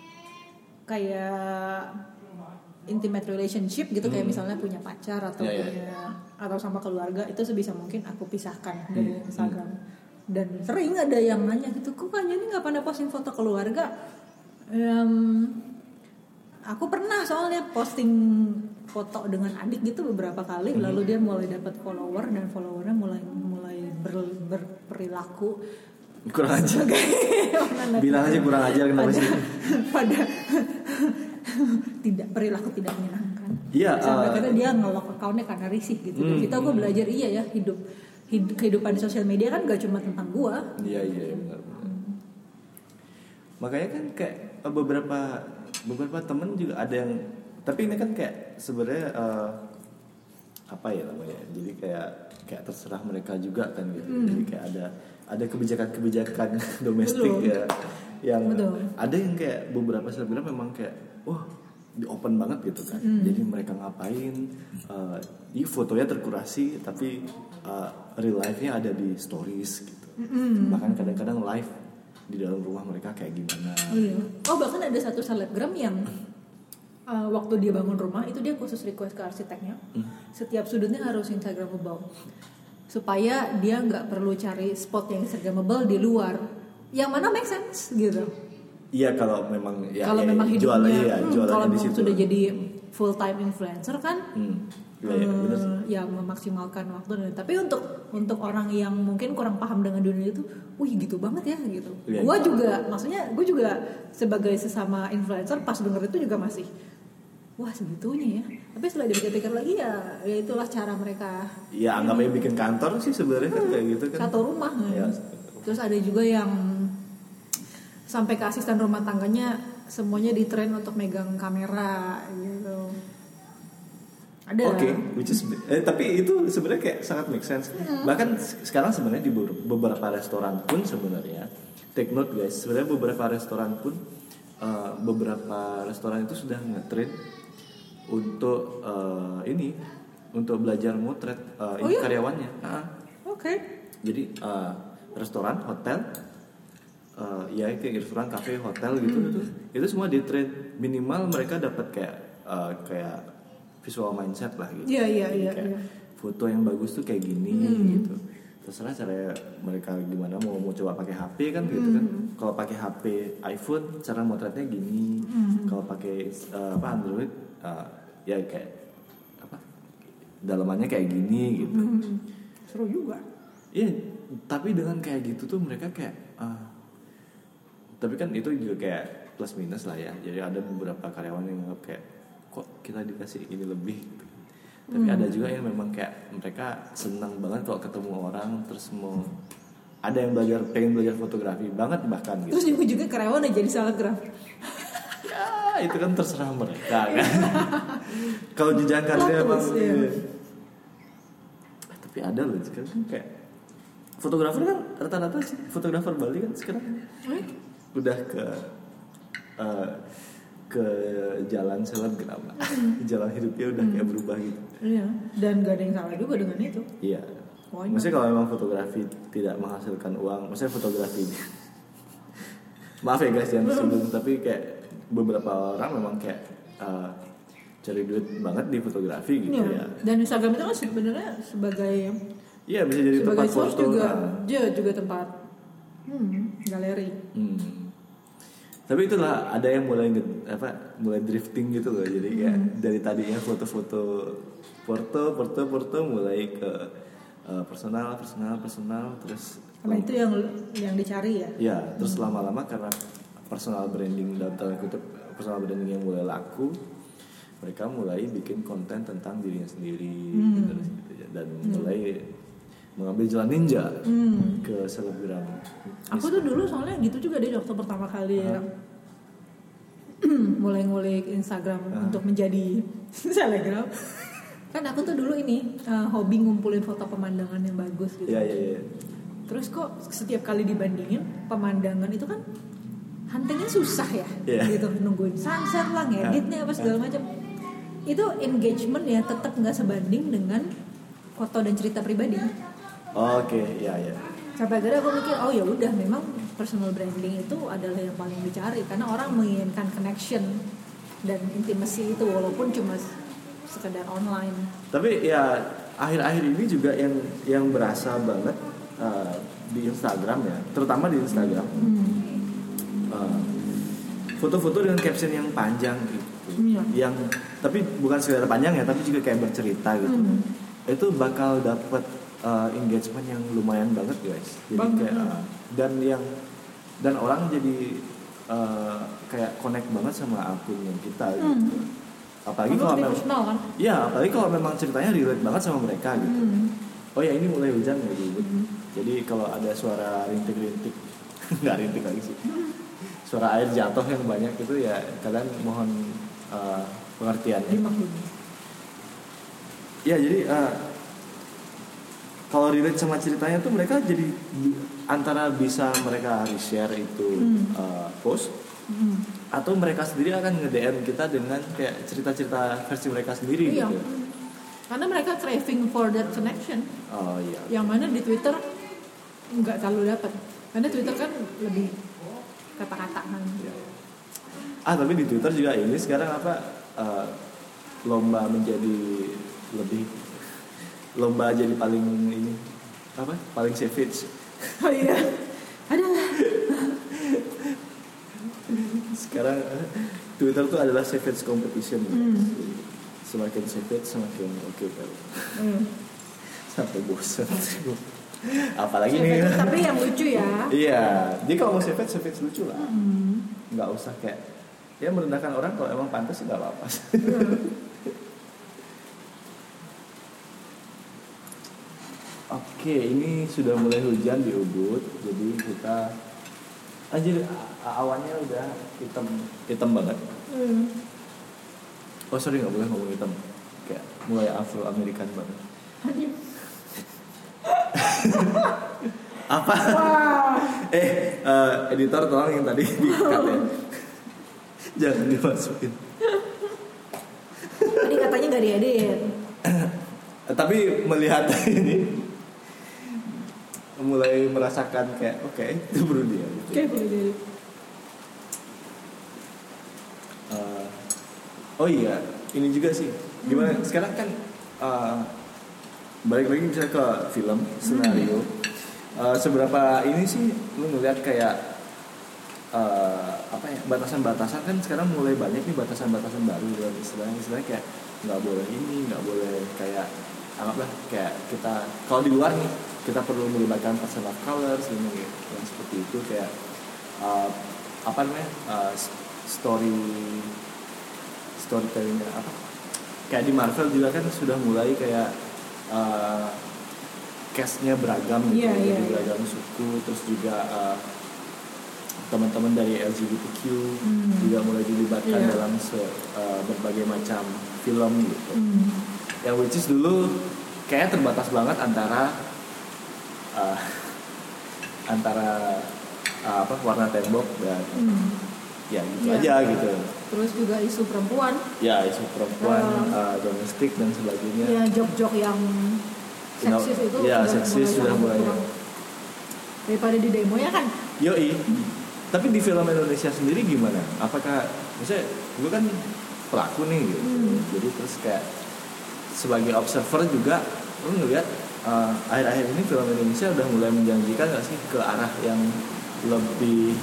B: kayak intimate relationship gitu, hmm. kayak misalnya punya pacar atau yeah, punya yeah. atau sama keluarga, itu sebisa mungkin aku pisahkan dari hmm. Instagram. Dan sering ada yang nanya gitu, kok kayaknya ini nggak pernah posting foto keluarga. Um, aku pernah soalnya posting foto dengan adik gitu beberapa kali, hmm. lalu dia mulai dapat follower dan followernya mulai mulai ber, berperilaku
A: kurang ajar. Bilang aja kurang ajar kenapa sih?
B: Pada tidak perilaku tidak menyenangkan.
A: Iya.
B: Sampai
A: Uh,
B: karena dia nge-lock account-nya karena risih gitu. Hmm, Kita gue belajar iya ya hidup. Kehidupan di sosial media kan gak cuma tentang gua.
A: Iya iya benar benar. Hmm. Makanya kan kayak beberapa beberapa temen juga ada yang, tapi ini kan kayak sebenarnya uh, apa ya namanya? Jadi kayak kayak terserah mereka juga kan gitu. Hmm. Jadi kayak ada ada kebijakan-kebijakan domestik ya yang Betul. Ada yang kayak beberapa selebgram memang kayak wah di open banget gitu kan. Hmm. Jadi mereka ngapain uh, di fotonya terkurasi tapi uh, real life-nya ada di stories gitu. Mm-hmm. Bahkan kadang-kadang live di dalam rumah mereka kayak gimana.
B: Oh, iya. Oh bahkan ada satu selebgram yang uh, waktu dia bangun rumah itu dia khusus request ke arsiteknya, mm. setiap sudutnya harus instagramable supaya dia nggak perlu cari spot yang instagramable di luar. Yang mana make sense gitu.
A: Iya kalau memang ya,
B: kalau
A: ya,
B: memang hidupnya
A: jual, iya,
B: hmm, kalau memang
A: situ.
B: Sudah jadi full time influencer kan. Hmm.
A: Ya, ya,
B: uh, ya memaksimalkan waktu. Tapi untuk untuk orang yang mungkin kurang paham dengan dunia itu, wih gitu banget ya gitu. Ya, gue juga, maksudnya gue juga sebagai sesama influencer pas denger itu juga masih, wah segitunya ya. Tapi setelah dipikir-pikir lagi ya, ya itulah cara mereka.
A: Ya anggap aja bikin kantor sih sebenarnya hmm, kan kayak gitu kan.
B: Satu rumah.
A: Ya.
B: Terus ada juga yang sampai ke asisten rumah tangganya semuanya di train untuk megang kamera gitu. Ada.
A: Oke, okay, which is eh, tapi itu sebenarnya kayak sangat make sense. Hmm. Bahkan sekarang sebenarnya di beberapa restoran pun sebenarnya, take note guys, sebenarnya beberapa restoran pun uh, beberapa restoran itu sudah nge-train untuk uh, ini untuk belajar motret uh,
B: oh,
A: ini
B: iya?
A: karyawannya. Nah,
B: Oke. Okay.
A: Jadi uh, restoran, hotel, uh, ya kayak restoran, kafe, hotel gitu hmm. itu, itu semua di train minimal mereka dapat kayak uh, kayak visual mindset lah gitu.
B: Iya iya iya.
A: Kayak
B: ya.
A: foto yang bagus tuh kayak gini hmm. gitu. Terserah cara mereka gimana mau mau coba pakai H P kan gitu kan.
B: Hmm.
A: Kalau pakai H P iPhone cara motretnya gini. Hmm. Kalau pakai uh, apa Android uh, ya kayak apa? Dalamannya kayak gini gitu.
B: Hmm. Seru juga.
A: Iya, tapi dengan kayak gitu tuh mereka kayak uh, tapi kan itu juga kayak plus minus lah ya. Jadi ada beberapa karyawan yang nganggap kayak kok kita dikasih ini lebih gitu. Tapi hmm. ada juga yang memang kayak mereka senang banget kalau ketemu orang terus mau ada yang belajar pengen belajar fotografi banget bahkan gitu.
B: Terus juga juga karyawan yang jadi selebgram.
A: Ya itu kan terserah mereka kan. Kalau jenjang karirnya emang
B: ya.
A: Tapi ada loh sekarang kan kayak fotografer kan rata-rata sih fotografer Bali kan sekarang hmm? udah ke uh, ke jalan selebgram, jalan hidupnya udah kayak berubah gitu.
B: Iya. Dan gak ada yang salah juga dengan itu.
A: Iya. Maksudnya kalau memang fotografi tidak menghasilkan uang, maksudnya fotografi ini. Maaf ya guys jangan tersinggung, tapi kayak beberapa orang memang kayak uh, cari duit banget di fotografi gitu
B: iya.
A: ya.
B: Dan Instagram itu kan sebenarnya sebagai
A: iya bisa jadi
B: sebagai
A: tempat foto
B: juga,
A: nah.
B: juga juga tempat hmm, galeri.
A: Hmm. Tapi itulah ada yang mulai apa mulai drifting gitu loh. Jadi kayak hmm. dari tadinya foto-foto foto foto foto mulai ke uh, personal personal personal terus
B: karena itu yang yang dicari ya.
A: Ya, terus hmm. lama-lama karena personal branding dalam tanda kutip personal branding yang mulai laku, mereka mulai bikin konten tentang dirinya sendiri hmm. dan, dan hmm. mulai mengambil jalan ninja hmm. ke selebgram.
B: Aku tuh dulu soalnya gitu juga deh waktu pertama kali ya mulai ngulik Instagram uh. untuk menjadi selebgram. Kan aku tuh dulu ini uh, hobi ngumpulin foto pemandangan yang bagus gitu.
A: Iya iya iya.
B: Terus kok setiap kali dibandingin pemandangan itu kan huntingnya susah ya, yeah. gitu nungguin sunset lah, ngeditnya apa segala macam. Itu engagement ya tetap nggak sebanding dengan foto dan cerita pribadi.
A: Oke, okay, ya ya.
B: Sampai akhirnya aku mikir, oh ya udah memang personal branding itu adalah yang paling dicari karena orang menginginkan connection dan intimacy itu walaupun cuma sekedar online. Tapi
A: ya akhir-akhir ini juga yang yang berasa banget uh, di Instagram ya, terutama di Instagram. Hmm. Uh, foto-foto dengan caption yang panjang gitu, hmm. yang tapi bukan sekedar panjang ya, tapi juga kayak bercerita gitu. Hmm. Itu bakal dapat uh, engagement yang lumayan banget guys. Jadi Bang, kayak uh, dan yang dan orang jadi uh, kayak connect banget sama akun yang kita hmm. gitu. Apalagi kalau memang kan? Ya, apalagi kalau memang ceritanya relate banget sama mereka gitu. Hmm. Oh ya ini mulai hujan ya gitu. Hmm. Jadi kalau ada suara rintik-rintik, nggak rintik lagi sih. Suara air jatuh yang banyak itu ya kalian mohon uh, pengertiannya. Ya jadi uh, kalau relate sama ceritanya tuh mereka jadi antara bisa mereka share itu hmm. uh, post hmm. atau mereka sendiri akan nge-D M kita dengan kayak cerita-cerita versi mereka sendiri iya. gitu.
B: Karena mereka craving for that connection.
A: Oh iya.
B: Yang mana di Twitter nggak terlalu dapat. Karena Twitter kan lebih kata-kata kan.
A: Ya. Ah tapi di Twitter juga ini sekarang apa uh, lomba menjadi lebih lomba jadi paling ini apa paling savage.
B: Oh iya. Ada.
A: Sekarang Twitter tuh adalah savage competition. Hmm. Semakin savage semakin oke okay, kan. Hmm. Sampai bosan. Apalagi nih.
B: Tapi yang lucu ya.
A: Iya. Jadi kalau mau savage savage lucu lah. Hmm. Nggak usah kayak ya merendahkan orang kalau emang pantas sih nggak apa-apa. Hmm. Oke, ini sudah mulai hujan di Ubud, jadi kita anjir awannya udah hitam hitam banget. Hmm. Oh sorry nggak boleh ngomong hitam. kayak mulai Afro American banget. Apa?
B: Wah.
A: eh uh, editor tolong yang tadi di-cut ya. Jangan dimasukin.
B: Tadi katanya nggak diedit.
A: Tapi melihat ini mulai merasakan kayak oke okay, itu baru dia. Gitu.
B: Kayak baru dia.
A: Uh, oh iya, ini juga sih. Gimana? Hmm. Sekarang kan uh, balik lagi misalnya ke film, senario. Hmm. Uh, seberapa ini sih lu ngeliat kayak uh, apa ya batasan-batasan kan sekarang mulai banyak nih batasan-batasan baru dan istilahnya istilahnya kayak nggak boleh ini nggak boleh kayak anggaplah kayak kita kalau di luar nih kita perlu melibatkan person of color gitu yang seperti itu kayak uh, apa namanya uh, story storytellingnya apa kayak di Marvel juga kan sudah mulai kayak uh, cast-nya beragam gitu,
B: yeah,
A: jadi
B: yeah,
A: beragam yeah. suku, terus juga uh, teman-teman dari L G B T Q hmm. juga mulai dilibatkan yeah. dalam se, uh, berbagai macam film gitu. Hmm. Yang which is dulu kayaknya terbatas banget antara uh, antara uh, apa warna tembok dan hmm. ya gitu yeah. aja gitu.
B: Terus juga isu perempuan.
A: Ya isu perempuan, uh, uh, domestik dan sebagainya.
B: Ya jok-jok yang seksis itu
A: ya seksis sudah mulai
B: daripada di demo ya kan.
A: Yoi. Tapi di film Indonesia sendiri gimana? Apakah misalnya gue kan pelaku nih gitu. Hmm. Jadi terus kayak sebagai observer juga lu ngeliat uh, akhir-akhir ini film Indonesia udah mulai menjanjikan nggak sih ke arah yang lebih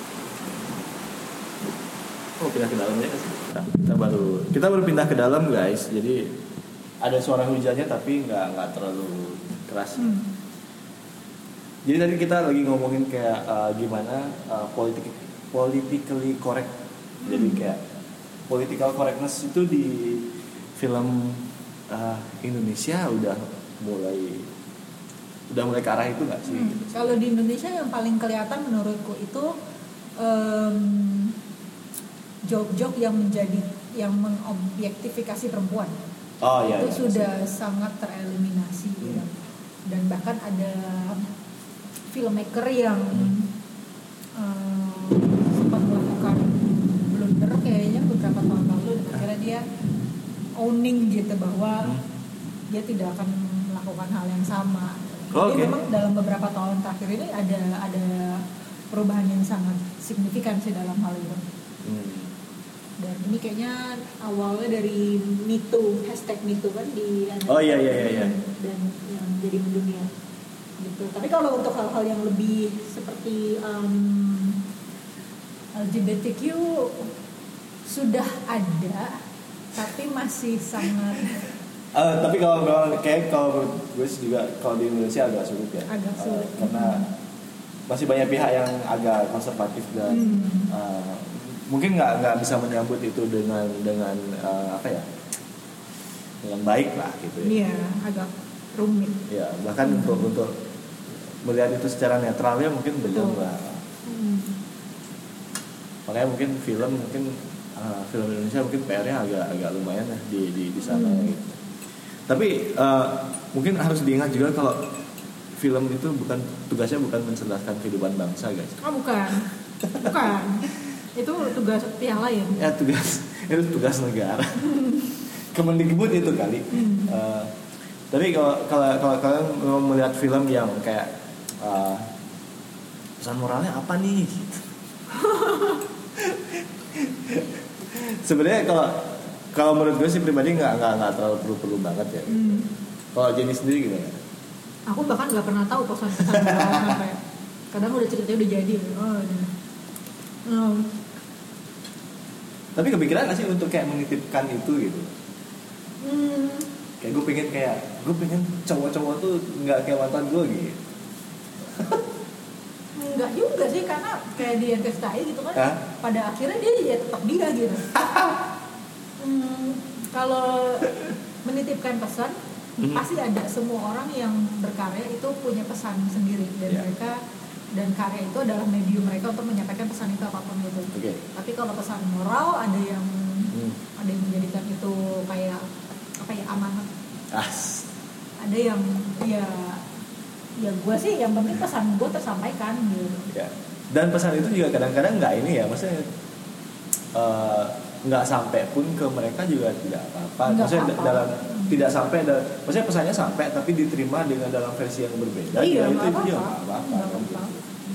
A: oh pindah ke dalamnya nggak sih? Nah, kita baru kita baru pindah ke dalam guys. Jadi ada suara hujannya tapi nggak nggak terlalu keras. Hmm. Jadi tadi kita lagi ngomongin kayak uh, gimana uh, politik politically correct. Hmm. Jadi kayak political correctness itu di film uh, Indonesia udah mulai udah mulai ke arah itu nggak sih?
B: Hmm. Kalau di Indonesia yang paling kelihatan menurutku itu um, job-job yang menjadi yang mengobjektifikasi perempuan.
A: Oh, iya,
B: itu
A: iya,
B: sudah
A: iya.
B: sangat tereliminasi hmm. ya. Dan bahkan ada filmmaker yang hmm. uh, sempat melakukan blunder kayaknya beberapa tahun lalu dan akhirnya dia owning gitu bahwa hmm. dia tidak akan melakukan hal yang sama.
A: Oh,
B: Jadi
A: okay.
B: memang dalam beberapa tahun terakhir ini ada ada perubahan yang sangat signifikan sih dalam hal itu. Hmm. Dan ini kayaknya awalnya dari Me Too, hashtag Me Too kan di
A: oh iya iya iya
B: dan yang jadi mendunia gitu. Tapi kalau untuk hal-hal yang lebih seperti um, L G B T Q sudah ada tapi masih sangat
A: uh, tapi kalau kalau kayak kalau gue juga kalau di Indonesia agak sulit ya
B: agak sulit
A: uh, karena masih banyak pihak yang agak konservatif dan hmm. uh, mungkin nggak nggak bisa menyambut itu dengan dengan uh, apa ya dengan baik lah gitu
B: ya. Iya agak rumit.
A: Ya bahkan hmm. untuk untuk melihat itu secara netralnya mungkin belum lah. Hmm. Makanya mungkin film mungkin uh, film Indonesia mungkin P R-nya agak agak lumayan ya di di di sana hmm. gitu. Tapi uh, mungkin harus diingat juga kalau film itu bukan tugasnya bukan mencerdaskan kehidupan bangsa guys.
B: Oh bukan, bukan. Itu tugas pihak lain.
A: Ya tugas itu tugas negara. Kemendikbud itu kali. Hmm. Uh, tapi kalau kalau kalau kalian mau melihat film yang kayak uh, pesan moralnya apa nih? Sebenarnya kalau kalau menurut gue sih pribadi nggak nggak nggak terlalu perlu perlu banget ya. Hmm. Kalau Jenny sendiri gimana?
B: Aku bahkan nggak pernah tahu pesan-pesan moral sampai kadang udah ceritanya udah jadi. Oh, ya. Oh.
A: Tapi kepikiran gak sih untuk kayak menitipkan itu gitu? Hmm. Kayak gue pengen kayak gue pengen cowok-cowok tuh nggak kayak mantan gue gitu.
B: Nggak juga sih karena kayak di N K S T I gitu kan. Hah? Pada akhirnya dia ya tetap dia gitu. hmm, kalau menitipkan pesan hmm. pasti ada semua orang yang berkarya itu punya pesan sendiri dan yeah. mereka dan karya itu adalah medium mereka untuk menyampaikan pesan itu apapun itu. Okay. Tapi kalau pesan moral ada yang hmm. ada yang menjadikan itu kayak apa ya
A: As.
B: Ada yang ya ya gue sih yang penting pesan gue tersampaikan gitu.
A: Ya. Dan pesan itu juga kadang-kadang nggak ini ya, maksudnya uh, nggak sampai pun ke mereka juga tidak apa-apa.
B: Nggak
A: Maksudnya
B: apa-apa.
A: dalam tidak sampai, da- maksudnya pesannya sampai tapi diterima dengan dalam versi yang berbeda.
B: Iya,
A: ya, itu
B: nggak
A: itu juga
B: apa-apa.
A: nggak apa-apa.
B: Nggak
A: kan.
B: apa-apa.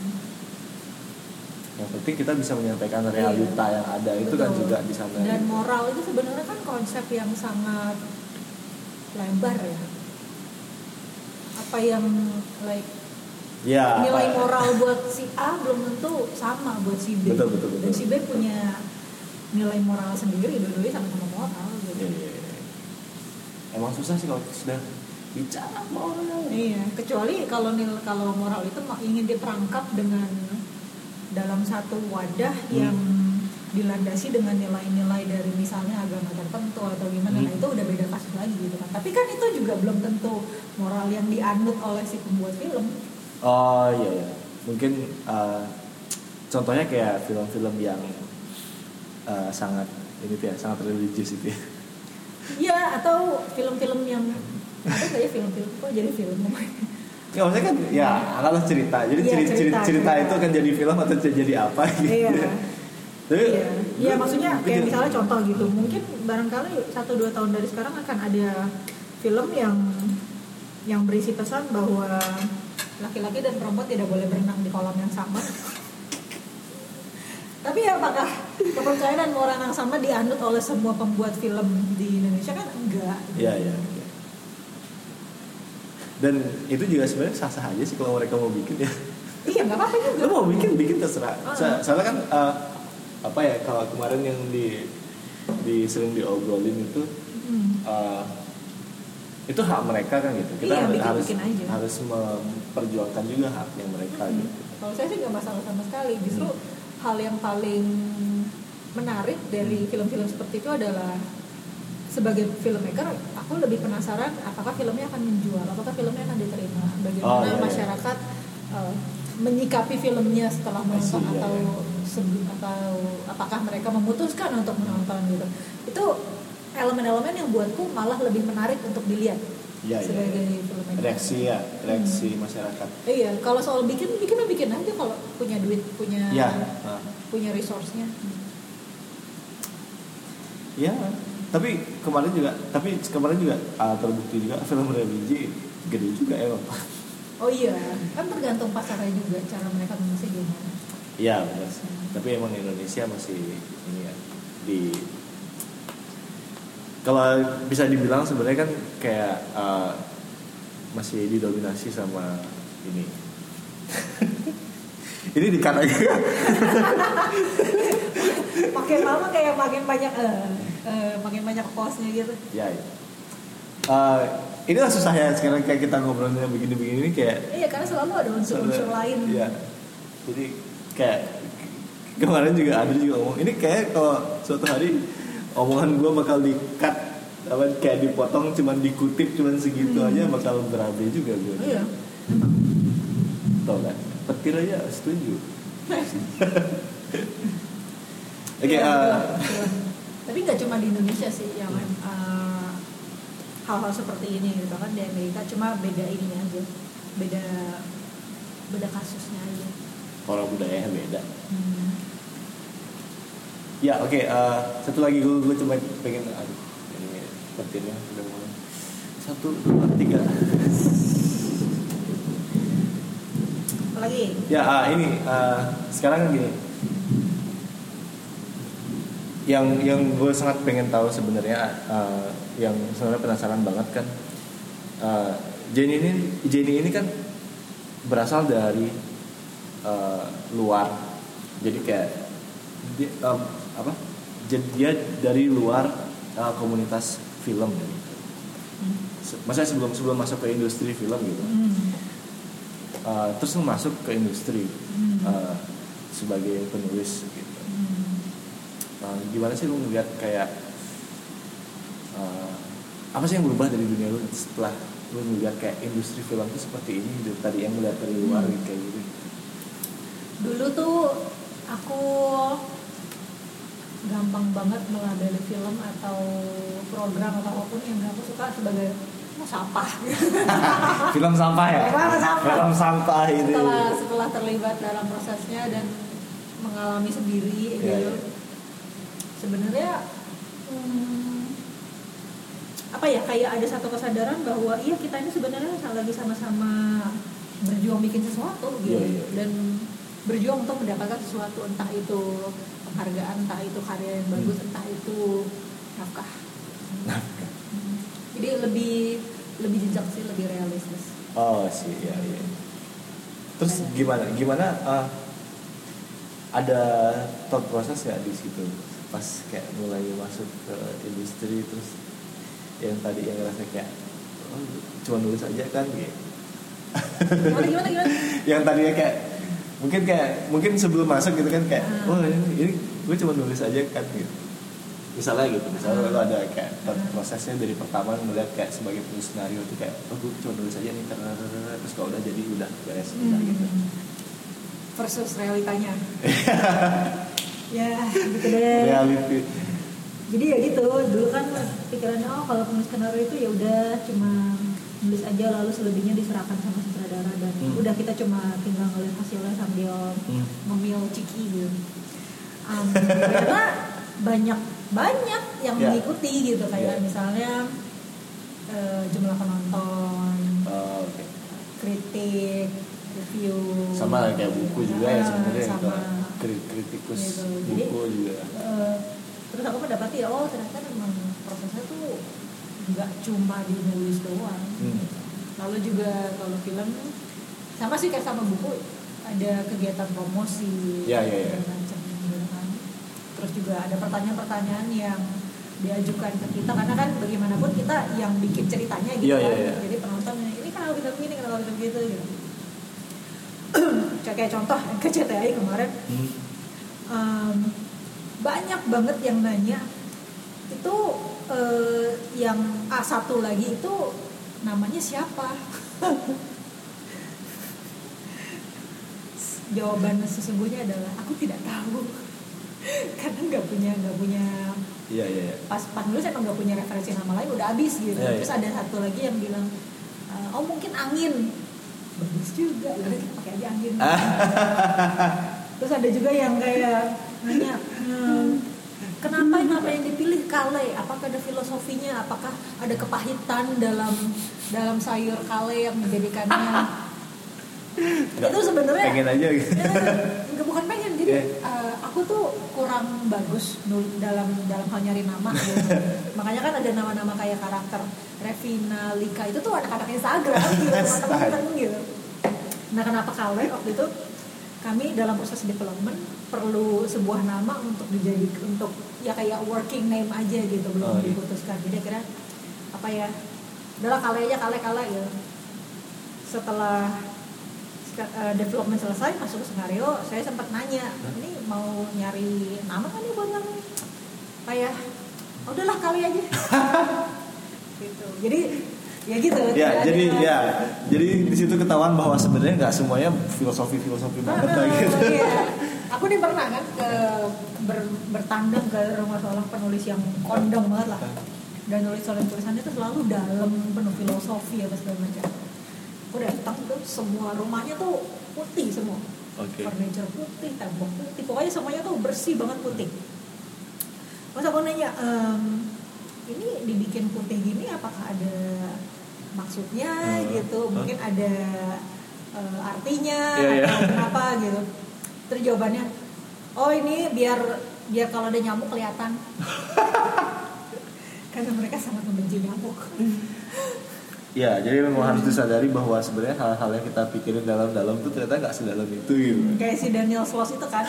A: Yang penting kita bisa menyampaikan realita
B: Iya.
A: yang ada itu
B: Betul.
A: kan juga di sana.
B: Dan
A: gitu.
B: moral itu sebenarnya kan konsep yang sangat lebar ya. Apa yang like
A: Ya,
B: nilai
A: apa-
B: moral buat si A belum tentu sama buat si B.
A: Betul, betul, betul.
B: Dan si B punya nilai moral sendiri, dua-duanya sama-sama moral gitu.
A: Iya, iya, iya. Emang susah sih kalau sudah bicara sama orang.
B: Iya, kecuali kalau nil kalau moral itu ma- ingin diperangkap dengan dalam satu wadah
A: Hmm.
B: yang dilandasi dengan nilai-nilai dari misalnya agama tertentu atau gimana,
A: Hmm.
B: nah itu udah beda kasus lagi gitu kan. Tapi kan itu juga belum tentu moral yang dianut oleh si pembuat film.
A: Oh iya ya, mungkin uh, contohnya kayak film-film yang uh, sangat ini tuh ya, sangat religius itu ya.
B: Iya, atau film-film yang ada nggak ya film-film kok jadi film
A: Nggak, maksudnya kan ya adalah cerita. Jadi
B: Iya,
A: cerita, cerita,
B: cerita,
A: cerita
B: cerita.
A: itu kan jadi film atau jadi apa gitu.
B: Iya.
A: Tapi
B: Iya, iya maksudnya kayak
A: mungkin-
B: misalnya contoh gitu, mungkin barangkali satu dua tahun dari sekarang akan ada film yang yang berisi pesan bahwa laki-laki dan perempuan tidak boleh berenang di kolam yang sama. Tapi apakah kepercayaan dan moral yang sama dianut oleh semua pembuat film di Indonesia kan enggak?
A: Iya, iya. iya. Dan itu juga sebenarnya sah-sah aja sih kalau mereka mau bikin ya.
B: Iya nggak apa-apa juga.
A: Lu mau bikin bikin terserah.
B: Uh-uh.
A: So- Soalnya kan uh, apa ya, kalau kemarin yang di di sering diobrolin itu
B: Hmm.
A: uh, itu hak mereka kan gitu. Kita
B: Iya,
A: harus
B: bikin-
A: harus,
B: bikin aja.
A: harus memperjuangkan juga haknya mereka
B: Hmm.
A: gitu.
B: Kalau saya sih nggak masalah sama sekali. Justru
A: Hmm.
B: hal yang paling menarik dari film-film seperti itu adalah sebagai filmmaker, aku lebih penasaran apakah filmnya akan menjual, apakah filmnya akan diterima, bagaimana
A: Oh, iya, iya.
B: masyarakat uh, menyikapi filmnya setelah menonton
A: I see, iya,
B: atau
A: iya.
B: sebelum atau apakah mereka memutuskan untuk menonton gitu. Itu elemen-elemen yang buatku malah lebih menarik untuk dilihat
A: Iya, iya,
B: sebagai
A: iya.
B: filmmaker.
A: Reaksi ya, reaksi masyarakat.
B: Iya, kalau soal bikin, bikin bikin aja kalau punya duit, punya
A: Iya. Nah.
B: punya resource-nya.
A: Ya, tapi kemarin juga, tapi kemarin juga uh, terbukti juga film religi gede juga ya.
B: Oh iya, kan tergantung pasarnya juga, cara mereka mengisi gimana.
A: Iya benar. Tapi emang Indonesia masih ini ya di, kalau bisa dibilang sebenarnya kan kayak uh, masih didominasi sama ini. Ini di-cut aja.
B: Makin lama kayak makin banyak eh eh, makin banyak postnya gitu.
A: Ya. ya. Uh, inilah susahnya sekarang kayak kita ngobrolnya begini-begini kayak.
B: Iya, karena selalu ada unsur-unsur lain.
A: Iya. Jadi kayak kemarin juga ada juga ngomong ini kayak kalau suatu hari omongan gue bakal di-cut apa kayak dipotong cuman dikutip cuman segitu
B: Hmm.
A: aja bakal berabe juga gue.
B: Iya.
A: Tau kan? Petir aja setuju. Oke,
B: Iya,
A: uh,
B: betul. Tapi nggak cuma di Indonesia sih yang eh, hal-hal seperti ini gitu kan, di Amerika cuma beda ininya aja, beda beda kasusnya aja.
A: orang budayanya beda.
B: Hmm.
A: Ya oke, uh, satu lagi gue gue cuma pengen aduh ini petirnya udah mulai satu dua tiga.
B: Apalagi?
A: Ya uh, ini uh, sekarang kan gini, yang yang gue sangat pengen tahu sebenarnya, uh, yang sebenarnya penasaran banget kan, uh, Jenny ini Jenny ini kan berasal dari uh, luar, jadi kayak dia, um, apa? Jadi dia dari luar uh, komunitas film,
B: Hmm.
A: maksudnya sebelum sebelum masuk ke industri film gitu,
B: Hmm.
A: uh, terus lu masuk ke industri
B: Hmm.
A: uh, sebagai penulis gitu.
B: Hmm.
A: Uh, gimana sih lu ngeliat kayak uh, apa sih yang berubah dari dunia lu setelah lu ngeliat kayak industri film itu seperti ini gitu, tadi yang ngeliat dari luar
B: Hmm.
A: gitu, kayak gitu.
B: Dulu tuh aku gampang banget melabeli film atau program atau apapun yang aku suka sebagai sampah.
A: Film sampah ya.
B: Film sampah.
A: Film sampah ini.
B: Setelah setelah terlibat dalam prosesnya dan mengalami sendiri,
A: ya,
B: gitu.
A: Ya.
B: Sebenarnya hmm, apa ya, kayak ada satu kesadaran bahwa iya kita ini sebenarnya lagi sama-sama berjuang bikin sesuatu gitu,
A: ya, ya.
B: dan berjuang untuk mendapatkan sesuatu, entah itu penghargaan, entah itu karya yang bagus, hmm. entah itu nafkah.
A: Nafkah.
B: Hmm. Jadi lebih lebih jejak sih, lebih realistis.
A: Oh sih, ya, ya. Terus gimana? Gimana? Uh, ada thought proses ya di situ pas kayak mulai masuk ke industri, terus yang tadi yang ngerasa kayak oh, cuma nulis aja kan gitu.
B: Gimana gimana gimana?
A: Yang tadinya kayak mungkin kayak mungkin sebelum masuk gitu kan kayak
B: hmm.
A: oh ini, ini gue cuma nulis aja kan gitu. Misalnya gitu, misalnya hmm. lo ada kayak thought prosesnya dari pertama melihat kayak sebagai penulis skenario itu kayak oh gue cuma nulis aja nih, terus kalau udah jadi udah beres hmm. gitu.
B: Versus realitanya. Ya gitu deh.
A: Reality.
B: Jadi ya gitu, dulu kan pikirannya oh kalau penulis skenario itu ya udah cuma nulis aja lalu selebihnya diserahkan sama sutradara dan hmm. udah kita cuma tinggal ngeliat hasilnya sambil hmm. ngemil ciki gitu. Um, ternyata banyak banyak yang yeah. mengikuti gitu kayak yeah. misalnya uh, jumlah penonton,
A: oh, okay.
B: kritik, review,
A: sama kayak buku juga ya sebenarnya
B: sama
A: kritikus
B: gitu.
A: Buku
B: Jadi,
A: juga.
B: Uh, terus aku mendapati ya oh ternyata memang prosesnya tuh nggak cuma dinulis doang. Hmm. Lalu juga kalau film sama sih kayak sama buku ada kegiatan promosi,
A: ya, ya, ya.
B: macam gitu kan. Terus juga ada pertanyaan-pertanyaan yang diajukan ke kita karena kan bagaimanapun kita yang bikin ceritanya gitu
A: ya,
B: kan.
A: Ya, ya.
B: Jadi penonton ini kenapa bisa begini, kenapa bisa begitu gitu. Kayak contoh ke C T I kemarin hmm. um, banyak banget yang nanya itu uh, yang A satu lagi itu namanya siapa? Jawaban sesungguhnya adalah aku tidak tahu karena nggak punya nggak punya
A: iya, iya, iya.
B: pas pas nulis emang nggak punya referensi nama lain udah habis gitu.
A: Iya, iya.
B: Terus ada satu lagi yang bilang oh mungkin angin, bagus juga udah kita pakai aja angin. Terus ada juga yang kayak nanya hmm, kenapa nama yang dipilih kale, apakah ada filosofinya, apakah ada kepahitan dalam dalam sayur kale yang menjadikannya
A: Nggak,
B: itu sebenarnya
A: pengen aja gitu.
B: Ya, nggak bukan pengen jadi yeah. uh, aku tuh kurang bagus dalam dalam hal nyari nama gitu. Makanya kan ada nama-nama kayak karakter Revina Lika itu tuh anak-anak Instagram gitu teman-teman gitu. Nah kenapa kale waktu itu kami dalam proses development perlu sebuah nama untuk dijadikan untuk ya kayak working name aja gitu belum oh, iya. diputuskan. Jadi akhirnya apa ya udahlah kale aja kale kale ya. Setelah Uh, development selesai masuk ke skenario, saya sempat nanya, ini mau nyari nama kan nih buat kami? Kayak, oh, udahlah kali aja. Gitu. Jadi ya gitu.
A: Ya, jadi
B: ada,
A: ya, jadi di situ ketahuan bahwa sebenarnya nggak semuanya filosofi-filosofi banget
B: uh,
A: lah gitu.
B: Iya. Aku nih pernah kan ke ber, bertandang ke rumah seorang penulis yang kondang banget lah, dan nulis tulisannya itu selalu dalam penuh filosofi apa segala macam. Udah datang tuh semua rumahnya tuh putih semua, okay. Furniture putih, tembok putih, pokoknya semuanya tuh bersih banget putih. Terus aku nanya, ehm, ini dibikin putih gini apakah ada maksudnya uh, gitu, mungkin uh. ada uh, artinya yeah, atau yeah. kenapa gitu. Terus jawabannya, oh ini biar biar kalau ada nyamuk kelihatan. Karena mereka sangat membenci nyamuk.
A: Ya, jadi memang harus disadari bahwa sebenarnya hal-hal yang kita pikirin dalam-dalam itu ternyata nggak sedalam itu gitu.
B: Kayak si Daniel Sloss itu kan.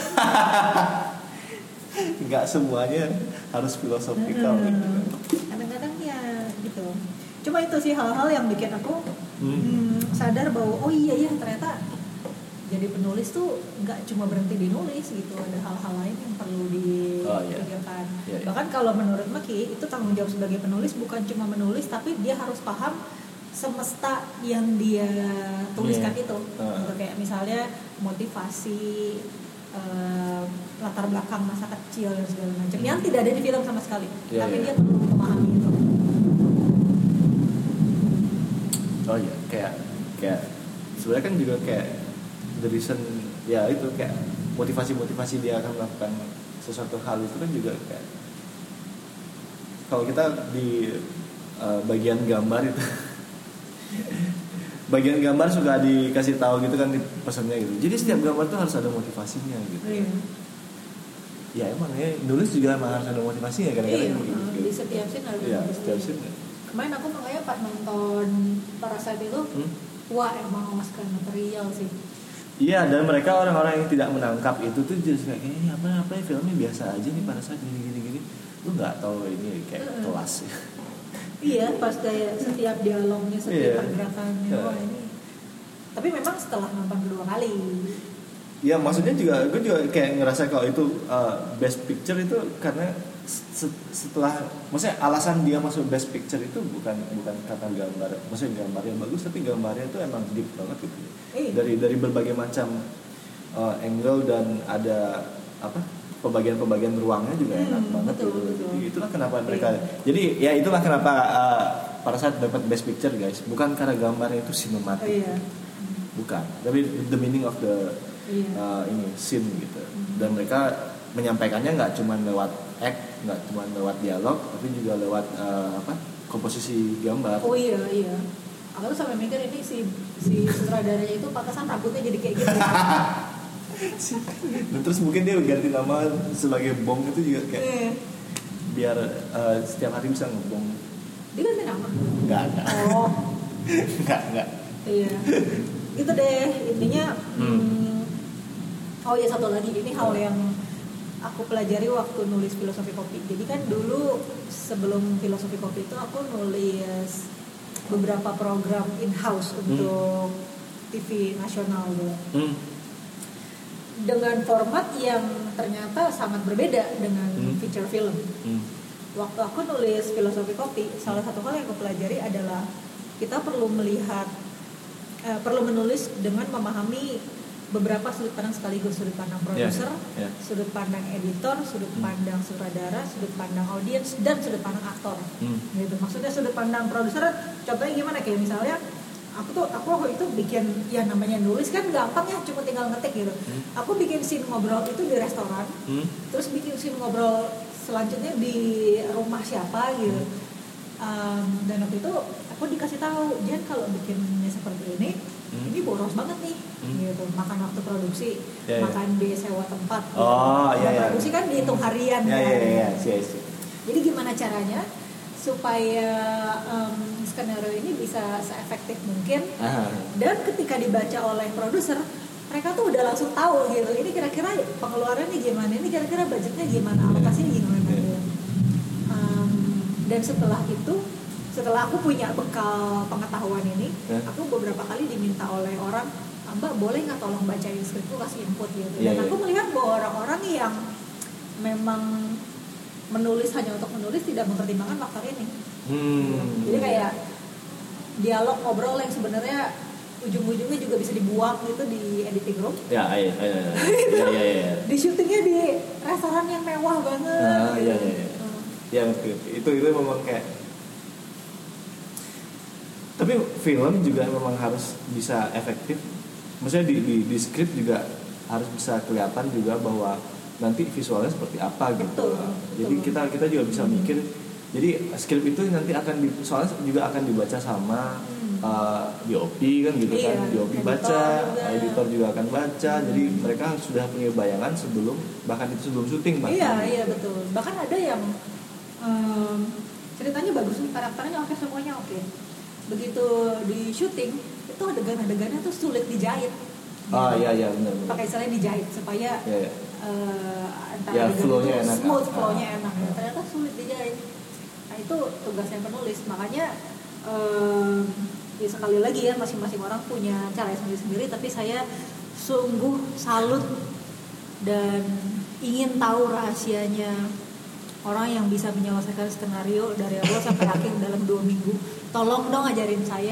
A: Nggak semuanya harus filosofikal.
B: Hmm. Gitu. Kadang-kadang ya gitu. Cuma itu sih hal-hal yang bikin aku hmm. Hmm, sadar bahwa oh iya ya ternyata jadi penulis tuh nggak cuma berhenti di nulis gitu, ada hal-hal lain yang perlu dipikirkan. Oh, iya. Yeah, yeah. Bahkan kalau menurut Maki itu tanggung jawab sebagai penulis bukan cuma menulis, tapi dia harus paham semesta yang dia tuliskan yeah. itu, uh. gitu, kayak misalnya motivasi, uh, latar belakang masa kecil dan segala macam, hmm. yang tidak ada di film sama sekali, yeah, tapi yeah. dia perlu memahami itu.
A: sebenarnya kan juga kayak the reason ya itu kayak motivasi-motivasi dia akan melakukan sesuatu hal itu kan juga kayak kalau kita di uh, bagian gambar itu bagian gambar suka dikasih tahu gitu kan di pesannya gitu. Jadi setiap gambar tuh harus ada motivasinya gitu.
B: Iya.
A: Ya emang ya nulis juga emang harus ada motivasinya kadang-kadang.
B: Iya,
A: gitu.
B: di setiap scene harus
A: Iya,
B: ada
A: setiap
B: motivasi.
A: scene.
B: Kemarin aku makanya pas nonton Parasite itu,
A: Hmm?
B: wah emang memuaskan material sih.
A: Iya, dan mereka orang-orang yang tidak menangkap itu tuh just kayak eh, apa apa ya filmnya biasa aja nih pada saat gini-gini gini. Lu nggak tahu ini kayak
B: Mm-mm.
A: kelas.
B: Iya, pas kayak setiap dialognya,
A: Iya.
B: setiap pergerakannya,
A: Iya.
B: wah ini. Tapi memang setelah nonton kedua kali.
A: Ya maksudnya juga gue juga kayak ngerasa kalau itu uh, best picture itu karena se- setelah maksudnya alasan dia masuk best picture itu bukan bukan karena gambar, maksudnya gambarnya bagus tapi gambarnya itu emang deep banget gitu.
B: Iya.
A: Dari dari berbagai macam uh, angle dan ada apa pembagian-pembagian ruangnya juga
B: Hmm,
A: enak banget
B: betul,
A: gitu.
B: betul.
A: Jadi itulah kenapa mereka.
B: Iya.
A: Jadi ya itulah kenapa uh, pada saat dapat best picture guys, bukan karena gambarnya itu
B: Oh,
A: sinematik,
B: iya.
A: bukan. Tapi the meaning of the
B: Iya.
A: uh, ini scene gitu. Dan mereka menyampaikannya nggak cuma lewat act, nggak cuma lewat dialog, tapi juga lewat uh, apa komposisi gambar.
B: Oh iya, iya. Aku tuh sampai mikir ini si si sutradaranya itu pantasan rambutnya jadi kayak gitu.
A: Dan terus mungkin dia ganti nama sebagai Bong itu juga kayak
B: Iya.
A: biar uh, setiap hari bisa ngebong.
B: Dia ganti nama.
A: Nggak, nggak.
B: Oh,
A: nggak, nggak.
B: iya. Gitu deh intinya.
A: Hmm.
B: Hmm, oh iya satu lagi ini hal yang aku pelajari waktu nulis filosofi kopi. Jadi kan dulu sebelum filosofi kopi itu aku nulis beberapa program in-house untuk T V nasional gitu.
A: Hmm.
B: Dengan format yang ternyata sangat berbeda dengan
A: Hmm.
B: feature film.
A: Hmm.
B: Waktu aku nulis filosofi kopi, salah satu hal yang aku pelajari adalah kita perlu melihat, eh, perlu menulis dengan memahami beberapa sudut pandang sekaligus, sudut pandang produser,
A: Yeah, yeah.
B: sudut pandang editor, sudut
A: Hmm.
B: pandang sutradara, sudut pandang audiens, dan sudut pandang aktor.
A: Hmm.
B: Gitu. Maksudnya sudut pandang produser, contohnya gimana? Kayak misalnya aku tuh aku waktu itu bikin ya namanya nulis kan gampang ya, cuma tinggal ngetik gitu.
A: Hmm.
B: Aku bikin scene ngobrol itu di restoran,
A: Hmm.
B: terus bikin scene ngobrol selanjutnya di rumah siapa gitu. Um, dan waktu itu aku dikasih tahu, Jan kalau bikinnya seperti ini,
A: Hmm.
B: ini boros banget nih,
A: Hmm.
B: gitu. Makan waktu produksi,
A: Ya, ya.
B: makan di sewa tempat. Gitu.
A: Oh, iya,
B: Kalau
A: iya.
B: produksi kan dihitung harian.
A: Ya
B: kan.
A: ya ya, sih sih.
B: Jadi gimana caranya supaya um, skenario ini bisa seefektif mungkin,
A: Aha.
B: dan ketika dibaca oleh produser mereka tuh udah langsung tahu gitu, ini kira-kira pengeluarannya gimana, ini kira-kira budgetnya gimana, alokasinya gimana gitu. Um, dan setelah itu, setelah aku punya bekal pengetahuan ini,
A: Ya.
B: aku beberapa kali diminta oleh orang, Mbak boleh nggak tolong bacain skripku, kasih input gitu.
A: Ya,
B: Dan
A: ya.
B: aku melihat bahwa orang-orang yang memang menulis hanya untuk menulis tidak mempertimbangkan faktor ini.
A: Hmm.
B: Jadi kayak dialog ngobrol yang sebenarnya ujung-ujungnya juga bisa dibuang gitu di editing room.
A: Ya, iya, iya, iya, iya, iya, iya.
B: Di syutingnya di restoran yang mewah banget.
A: Ah,
B: gitu.
A: iya, iya, iya.
B: Hmm.
A: Ya itu, itu itu memang kayak. Tapi film juga memang harus bisa efektif. Maksudnya di di, di skrip juga harus bisa kelihatan juga bahwa nanti visualnya seperti apa gitu.
B: Betul,
A: Jadi
B: betul.
A: kita kita juga bisa
B: Hmm.
A: mikir. Jadi skrip itu nanti akan di, soalnya juga akan dibaca sama
B: Hmm.
A: uh, D O P kan gitu
B: Iya,
A: kan. D O P
B: editor
A: baca,
B: juga.
A: editor juga akan baca.
B: Hmm.
A: Jadi mereka sudah punya bayangan sebelum bahkan itu sebelum syuting bahkan.
B: Iya, iya betul. Bahkan ada yang em, ceritanya bagus nih, karakternya oke, semuanya oke. Begitu di syuting, itu adegan-adegannya tuh sulit dijahit.
A: Ah
B: Gitu.
A: iya iya benar. benar.
B: Pakai istilahnya dijahit supaya
A: Iya, iya.
B: eh, antara
A: Ya,
B: adegan
A: flow-nya
B: itu
A: enak.
B: smooth,
A: Ah.
B: flow-nya enak. Ya, ternyata sulit dijahit. Nah itu tugasnya penulis. Makanya em, ya sekali lagi ya, masing-masing orang punya cara sendiri-sendiri. Tapi saya sungguh salut dan ingin tahu rahasianya orang yang bisa menyelesaikan skenario dari awal sampai akhir dalam dua minggu. Tolong dong ajarin saya.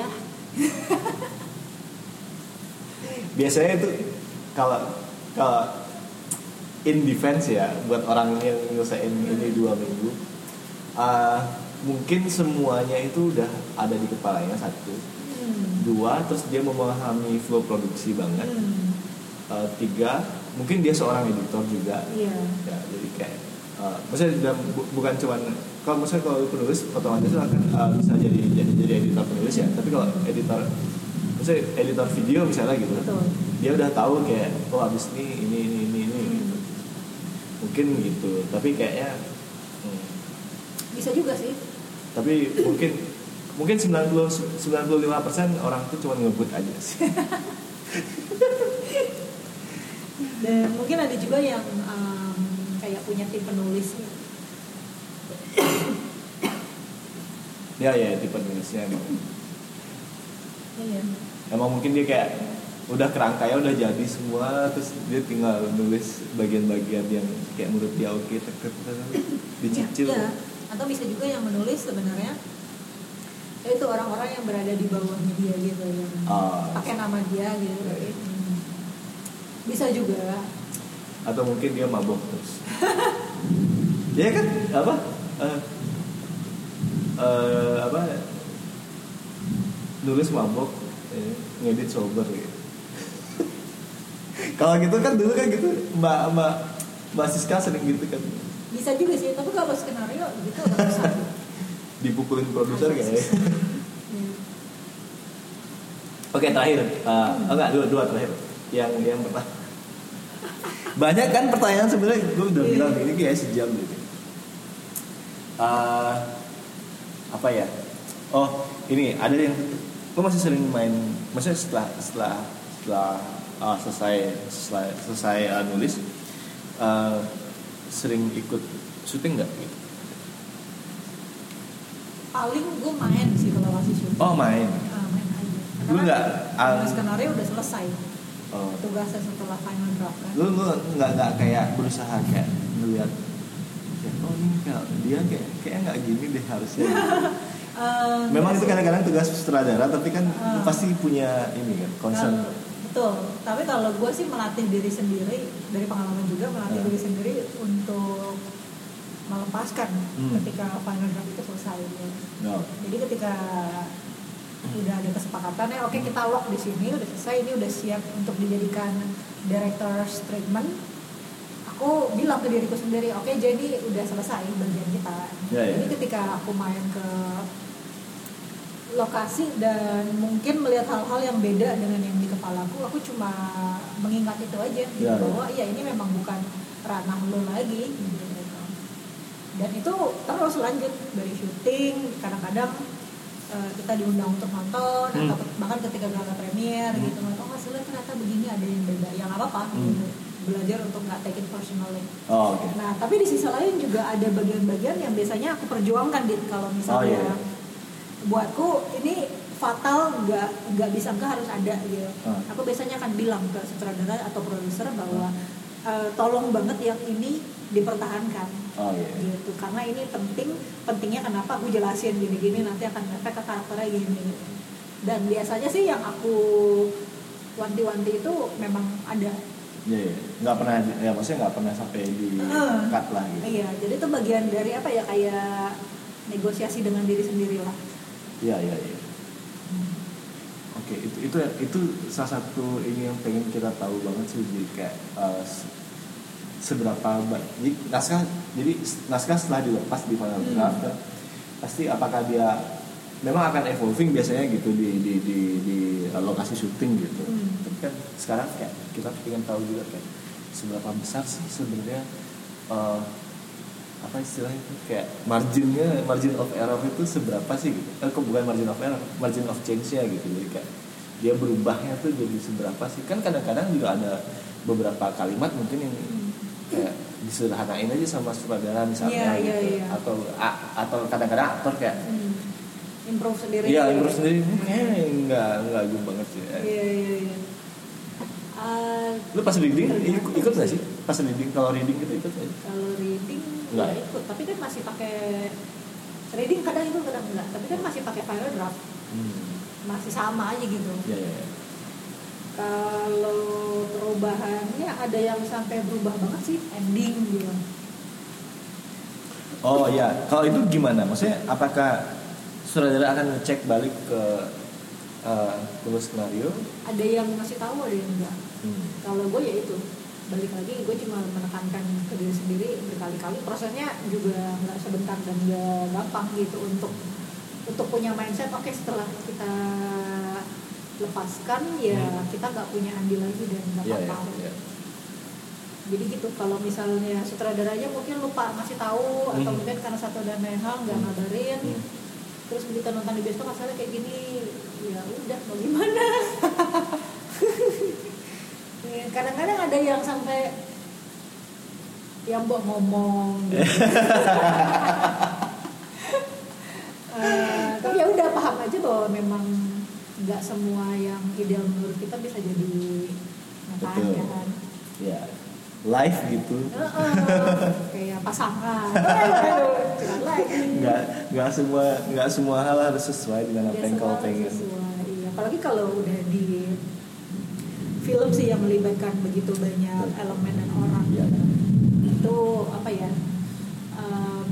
A: Biasanya itu kalau kalau in defense ya buat orang yang nyelesain ini dua minggu, uh, mungkin semuanya itu udah ada di kepalanya satu.
B: Hmm.
A: Dua, terus dia memahami flow produksi banget.
B: Hmm.
A: Uh, tiga, mungkin dia seorang editor juga.
B: Iya.
A: Ya, jadi kayak uh, maksudnya dalam, bu, bukan cuman kalau misalnya kalau penulis otomatis itu akan uh, bisa jadi jadi jadi editor penulis ya. Tapi kalau editor misalnya editor video misalnya gitu.
B: Betul.
A: Dia udah tahu kayak oh abis ini ini ini ini, ini
B: Hmm.
A: gitu. Mungkin gitu. Tapi kayaknya hmm,
B: Bisa juga sih.
A: tapi mungkin mungkin sembilan puluh sembilan puluh lima persen orang tuh cuma ngebut aja sih.
B: Dan mungkin ada juga yang um, kayak punya tim penulis.
A: Ya ya tipe penulisnya emang.
B: Iya.
A: Emang mungkin dia kayak udah kerangkanya udah jadi semua, terus dia tinggal nulis bagian-bagian yang kayak menurut dia oke, tek tek tek dicicil.
B: Ya, ya. Atau bisa juga yang menulis sebenarnya ya itu orang-orang yang berada di bawahnya dia gitu, yang
A: Ah,
B: pakai nama dia gitu.
A: ya, ya.
B: Hmm. Bisa juga.
A: Atau mungkin dia mabok terus. Ya kan apa? Uh, uh, apa? Nulis mabok, eh, ngedit sober gitu. Kalau gitu kan dulu kan gitu Mbak Mbak Mbak Siska sering gitu kan.
B: Bisa juga sih, tapi kalau skenario gitu udah bisa.
A: Dipukulin produser kayaknya.
B: Hmm.
A: Oke terakhir, uh, oh enggak dua dua terakhir. Yang yang pertama. Banyak kan pertanyaan sebenarnya gue udah bilang ini kayak sejam gitu. Uh, apa ya? Oh ini ada yang lo masih sering main, maksudnya setelah setelah setelah uh, selesai selesai selesai uh, nulis uh, sering ikut syuting nggak? Gitu?
B: Paling gue main sih kalau masih syuting.
A: Oh main.
B: Nah, main aja.
A: Lu nggak?
B: Karena
A: Um,
B: skenario udah selesai.
A: Oh.
B: Tugasnya setelah final draft kan.
A: Lu lu nggak nggak kayak berusaha kayak ngeliat kayak, oh ini kayak dia kayak kayak nggak gini deh harusnya.
B: Uh,
A: Memang itu kadang-kadang tugas sutradara, tapi kan
B: Uh.
A: pasti punya ini kan concern.
B: Kalau- betul. Tapi kalau gue sih melatih diri sendiri dari pengalaman juga melatih
A: Uh.
B: diri sendiri untuk melepaskan
A: Hmm.
B: ketika final draft itu selesai. Ya.
A: No.
B: Jadi ketika udah ada kesepakatan ya, oke kita lock di sini udah selesai, ini udah siap untuk dijadikan director's treatment. Aku bilang ke diriku sendiri, oke jadi udah selesai bagian kita.
A: Ya, ya.
B: Jadi ketika aku main ke lokasi dan mungkin melihat hal-hal yang beda dengan yang di kepalaku, aku cuma mengingat itu aja gitu,
A: Ya, ya.
B: bahwa ya ini memang bukan ranah lo lagi gitu. Dan itu terus lanjut dari syuting, kadang-kadang uh, kita diundang untuk nonton
A: Hmm.
B: atau bahkan ketika gala premier
A: Hmm.
B: gitu, oh hasilnya ternyata begini, ada yang beda, yang apa apa
A: Hmm.
B: gitu. Belajar untuk nggak take it personally.
A: Oh, oke.
B: Nah, tapi di sisi lain juga ada bagian-bagian yang biasanya aku perjuangkan gitu. Kalau misalnya
A: Oh, iya.
B: buatku ini fatal, nggak nggak bisa nggak harus ada gitu.
A: Hmm.
B: Aku biasanya akan bilang ke sutradara atau produser bahwa eh, tolong banget yang ini dipertahankan.
A: Oh iya.
B: Gitu. Karena ini penting, pentingnya kenapa aku jelasin gini-gini nanti akan efek ke karakternya gini. Gitu. Dan biasanya sih yang aku wanti-wanti itu memang ada.
A: Iya, iya. Nggak pernah, ya maksudnya nggak pernah sampai di
B: Uh,
A: cut lah gitu.
B: Iya, jadi itu bagian dari apa ya, kayak negosiasi dengan diri sendiri lah.
A: Iya, iya, iya. Oke, itu itu itu salah satu ini yang pengen kita tahu banget sih, jadi kayak uh, se- seberapa baik. Jadi naskah, jadi naskah setelah dilepas di final
B: Hmm.
A: draft kan, pasti apakah dia memang akan evolving biasanya gitu di di di, di uh, lokasi syuting gitu.
B: Hmm.
A: Tapi kan sekarang kayak kita pengen tahu juga kayak seberapa besar sih sebenarnya uh, apa istilahnya itu kayak marginnya, margin of error itu seberapa sih gitu. Eh, kok bukan margin of error, margin of change-nya gitu. Jadi kayak dia berubahnya tuh jadi seberapa sih. Kan kadang-kadang juga ada beberapa kalimat mungkin yang kayak disederhanain aja sama sutradara misalnya
B: Iya, iya,
A: gitu.
B: iya.
A: Atau a- atau kadang-kadang aktor kayak
B: Hmm. Improve sendiri.
A: iya improve sendiri kayaknya enggak enggak gue banget sih.
B: Iya, iya, iya. Uh,
A: Lu pas reading ikut, ikut gak sih? Pas reading, kalau reading kita ikut gak sih?
B: kalau reading
A: Enggak.
B: nggak ikut, tapi kan masih pakai reading, kadang itu kadang enggak, tapi kan masih pakai final draft,
A: Hmm.
B: masih sama aja gitu.
A: Iya, iya, iya.
B: Kalau perubahannya ada yang sampai berubah banget sih, ending gitu.
A: Oh iya, kalau itu gimana? Maksudnya apakah sutradara akan ngecek balik ke uh, tulis skenario.
B: Ada yang ngasih tahu, ada yang enggak.
A: Hmm.
B: Kalau gue ya itu balik lagi, gue cuma menekankan ke diri sendiri berkali-kali. Prosesnya juga nggak sebentar dan nggak gampang gitu untuk untuk punya mindset. Oke, setelah kita lepaskan ya hmm. kita nggak punya andil lagi dan nggak
A: yeah,
B: apa-apa.
A: yeah, yeah.
B: Jadi gitu, kalau misalnya sutradaranya mungkin lupa ngasih tahu hmm. atau mungkin karena satu dan lain hal nggak ngabarin, hmm. terus begitu nonton di bioskop masalah kayak gini, ya udah mau gimana. Kadang-kadang ada yang sampai yang buat ngomong gitu. uh, tapi ya udah paham aja bahwa memang nggak semua yang ideal menurut kita bisa jadi nyatanya kan.
A: Ya, live gitu.
B: Uh-uh, kayak pasangan.
A: Nggak nggak semua nggak semua hal harus sesuai dengan apa yang kau pengen.
B: Iya, apalagi kalau udah di film sih yang melibatkan begitu banyak elemen dan orang. Ya. Itu apa ya? Um,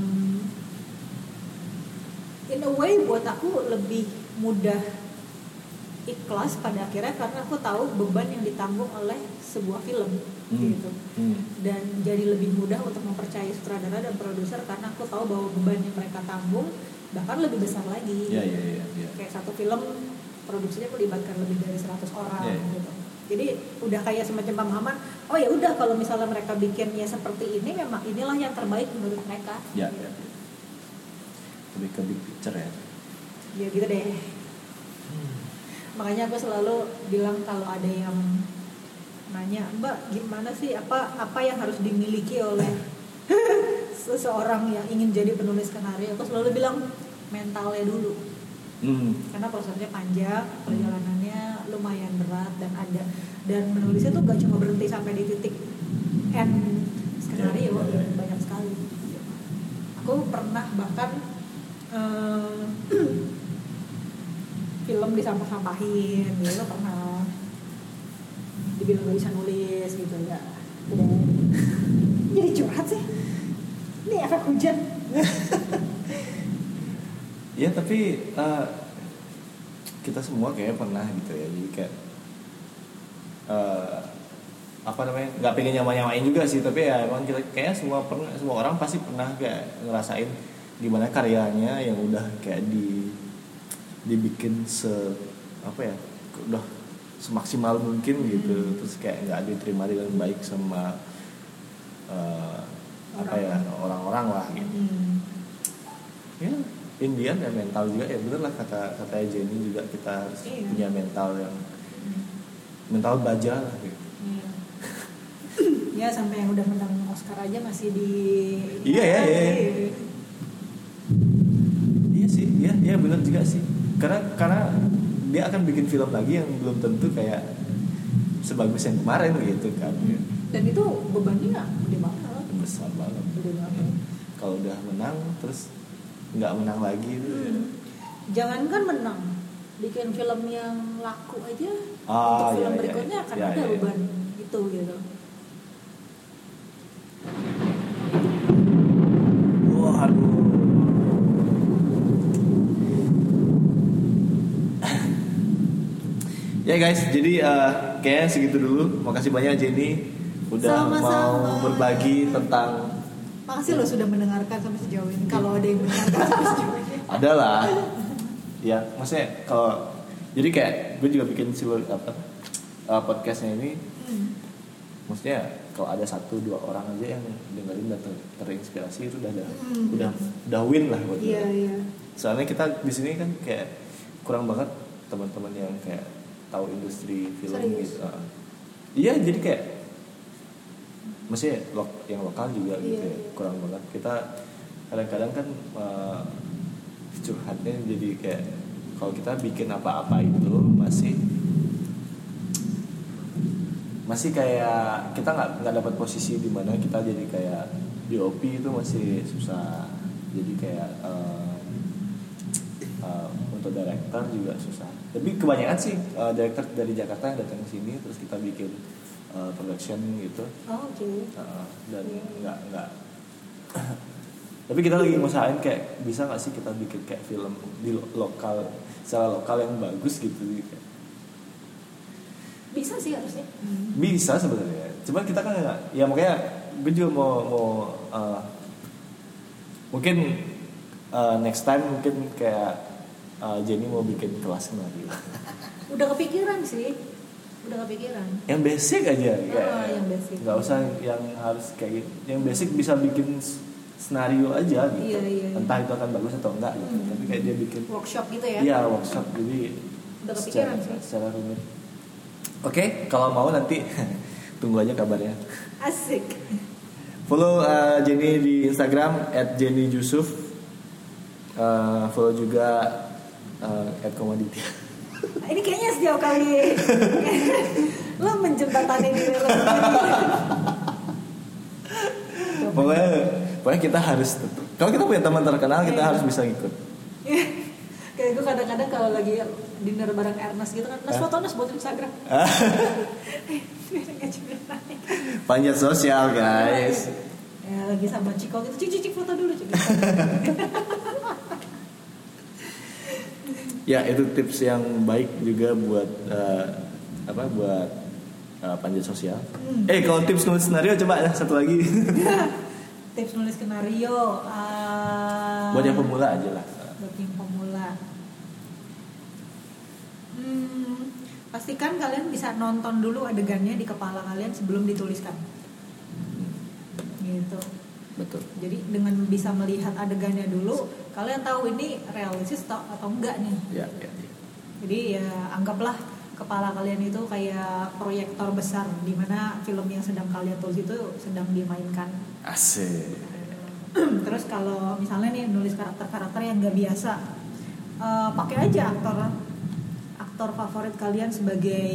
B: in a way buat aku lebih mudah ikhlas pada akhirnya karena aku tahu beban yang ditanggung oleh sebuah film hmm. gitu. Hmm. Dan jadi lebih mudah untuk mempercayai sutradara dan produser karena aku tahu bahwa beban yang mereka tanggung bahkan lebih besar lagi.
A: Ya, ya, ya, ya.
B: Kayak satu film produksinya melibatkan lebih dari seratus orang ya, ya. gitu. Jadi udah kayak semacam pemahaman, oh ya udah kalau misalnya mereka bikinnya seperti ini memang inilah yang terbaik menurut mereka.
A: Ya, ya. Lebih ke big picture ya.
B: Ya gitu deh. Hmm. Makanya aku selalu bilang kalau ada yang nanya, Mbak gimana sih apa apa yang harus dimiliki oleh seseorang yang ingin jadi penulis skenario, aku selalu bilang mentalnya dulu. Hmm. Karena prosesnya panjang, perjalanannya lumayan berat dan ada dan menulisnya tuh gak cuma berhenti sampai di titik end skenario, ya, banyak sekali. Aku pernah bahkan um, film disampah-sampahin, gitu pernah dibilang gak bisa nulis gitu ya. Udah jadi curhat sih. Ini efek hujan.
A: Ya tapi uh, kita semua kayak pernah gitu ya, jadi kayak uh, apa namanya nggak pengen nyama-nyamain juga sih, tapi ya emang kita kayak semua pernah, semua orang pasti pernah kayak ngerasain gimana karyanya yang udah kayak di dibikin se apa ya udah semaksimal mungkin gitu, hmm. terus kayak nggak diterima dengan baik sama uh, apa ya orang-orang lah gitu. Hmm. Ya Indian ya mental juga ya, bener lah kata kata Jenny juga, kita harus iya. punya mental yang mental baja lah gitu.
B: Iya. Ya sampai yang udah menang Oscar aja masih di
A: iya ya, ya, ya. Iya sih, iya iya bener juga sih, karena karena dia akan bikin film lagi yang belum tentu kayak sebagus yang kemarin gitu kan.
B: Dan itu bebannya gede banget,
A: besar banget.
B: Gede banget.
A: Kalau udah menang terus nggak menang lagi gitu. Hmm.
B: Jangankan menang, bikin film yang laku aja
A: oh,
B: untuk film
A: iya,
B: berikutnya
A: iya,
B: akan
A: iya,
B: ada
A: iya.
B: beban itu gitu.
A: Wah, aduh. Ya guys, jadi uh, kayaknya segitu dulu. Makasih banyak Jenny udah
B: Sama-sama.
A: mau berbagi tentang.
B: Makasih lo sudah mendengarkan sampai sejauh ini. Kalau ada yang mendengarkan sampai sejauh ini.
A: Ada lah. Ya, maksudnya kalau jadi kayak gue juga bikin siwal apa uh, podcastnya ini. Hmm. Maksudnya kalau ada satu dua orang aja yang dengerin dan ter- terinspirasi itu udah hmm. udah udah win lah buat gue.
B: Iya, iya.
A: Soalnya kita di sini kan kayak kurang banget teman-teman yang kayak tahu industri film.
B: Serius?
A: Gitu. Uh, iya, jadi kayak maksudnya lo- yang lokal juga gitu
B: iya,
A: ya, kurang banget. Kita kadang-kadang kan uh, curhatnya jadi kayak kalau kita bikin apa-apa itu masih masih kayak kita nggak nggak dapat posisi di mana kita jadi kayak D O P itu masih susah, jadi kayak uh, uh, untuk director juga susah. Tapi kebanyakan sih uh, director dari Jakarta yang datang ke sini terus kita bikin Uh, production gitu.
B: Oh, oke. Okay.
A: Uh, dan nggak yeah. nggak. Tapi kita lagi ngusahain kayak bisa nggak sih kita bikin kayak film di lo- lokal secara lokal yang bagus gitu.
B: Bisa sih harusnya.
A: Bisa sebenarnya. Cuman kita kan nggak, ya makanya gue juga mau mau uh, mungkin uh, next time mungkin kayak uh, Jenny mau bikin kelas skenario.
B: Udah kepikiran sih, udah kepikiran.
A: Yang basic aja,
B: oh,
A: kayak
B: yang basic.
A: Nggak usah yang harus kayak gitu. Yang basic bisa bikin skenario aja gitu.
B: Iya, iya, iya.
A: Entah itu akan bagus atau enggak gitu. Hmm. Tapi kayak dia bikin
B: workshop gitu ya?
A: Iya workshop, jadi
B: udah kepikiran
A: secara,
B: sih.
A: secara rumit. Oke, okay, kalau mau nanti tunggu aja kabarnya.
B: Asik.
A: Follow uh, Jenny di Instagram at jenny yusuf. Uh, follow juga uh, at komoditi.
B: Ini kayaknya setiap kali lo menjembatani diri lo sendiri.
A: Pokoknya, pokoknya kita harus tetap. Kalau kita punya teman terkenal, kita harus bisa ngikut.
B: Kayak gue kadang-kadang kalau lagi dinner bareng Ernest gitu kan, Nas foto Nas buat Instagram.
A: Panjat sosial guys.
B: Ya lagi sama Ciko gitu, cici cici foto dulu cici.
A: Ya itu tips yang baik juga buat uh, apa buat uh, panjat sosial. Hmm. Eh kalau tips nulis skenario coba ya satu lagi.
B: Tips nulis skenario. Uh,
A: buat yang pemula aja lah.
B: Buat yang pemula. Hmm, pastikan kalian bisa nonton dulu adegannya di kepala kalian sebelum dituliskan. Gitu.
A: Betul.
B: Jadi dengan bisa melihat adegannya dulu, kalian tahu ini realistis atau enggak nih.
A: Ya, ya, ya.
B: Jadi ya anggaplah kepala kalian itu kayak proyektor besar di mana film yang sedang kalian tulis itu sedang dimainkan.
A: Asik.
B: Terus kalau misalnya nih nulis karakter-karakter yang nggak biasa, uh, pakai aja aktor aktor favorit kalian sebagai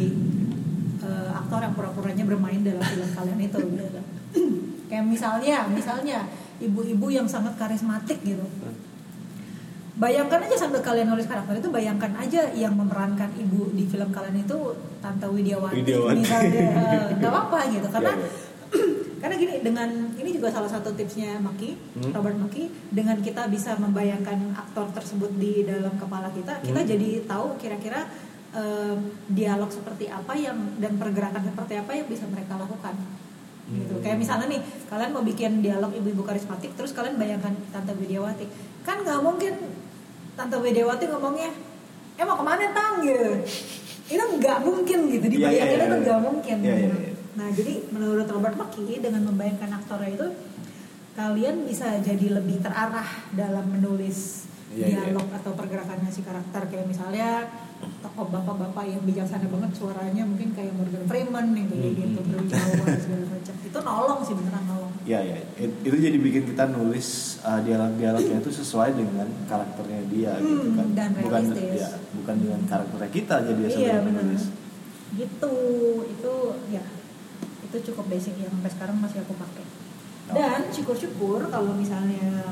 B: uh, aktor yang pura-puranya bermain dalam film kalian itu. Gitu. Kayak misalnya, misalnya ibu-ibu yang sangat karismatik gitu. Bayangkan aja sambil kalian nulis karakter itu, bayangkan aja yang memerankan ibu di film kalian itu Tante Widiawati,
A: Widiawati.
B: misalnya, nggak apa-apa gitu, karena
A: ya, ya.
B: karena gini, dengan ini juga salah satu tipsnya Maki, hmm? Robert Maki, dengan kita bisa membayangkan aktor tersebut di dalam kepala kita, kita hmm? jadi tahu kira-kira um, dialog seperti apa yang dan pergerakan seperti apa yang bisa mereka lakukan. Gitu. Kayak misalnya nih kalian mau bikin dialog ibu-ibu karismatik, terus kalian bayangkan Tante Widiawati, kan nggak mungkin Tante Widiawati ngomongnya eh mau kemana tang gitu, itu nggak mungkin gitu, dibayangin yeah, yeah, yeah, itu nggak yeah. mungkin yeah, yeah, yeah. Nah jadi menurut Robert Maki, dengan membayangkan aktornya itu kalian bisa jadi lebih terarah dalam menulis yeah, dialog yeah. atau pergerakannya si karakter. Kayak misalnya tokoh bapak-bapak yang bijaksana banget, suaranya mungkin kayak Morgan Freeman yang kayak hmm. gitu, berjawa segala macam. Itu nolong sih, beneran nolong.
A: Ya ya, It, itu jadi bikin kita nulis uh, dialog-dialognya itu sesuai dengan karakternya dia hmm, gitu kan.
B: Dan
A: bukan
B: realistis.
A: ya, bukan dengan karakternya kita jadi dia
B: iya,
A: menulis.
B: Gitu, itu ya. Itu cukup basic ya, sampai sekarang masih aku pakai. Dan syukur-syukur kalau misalnya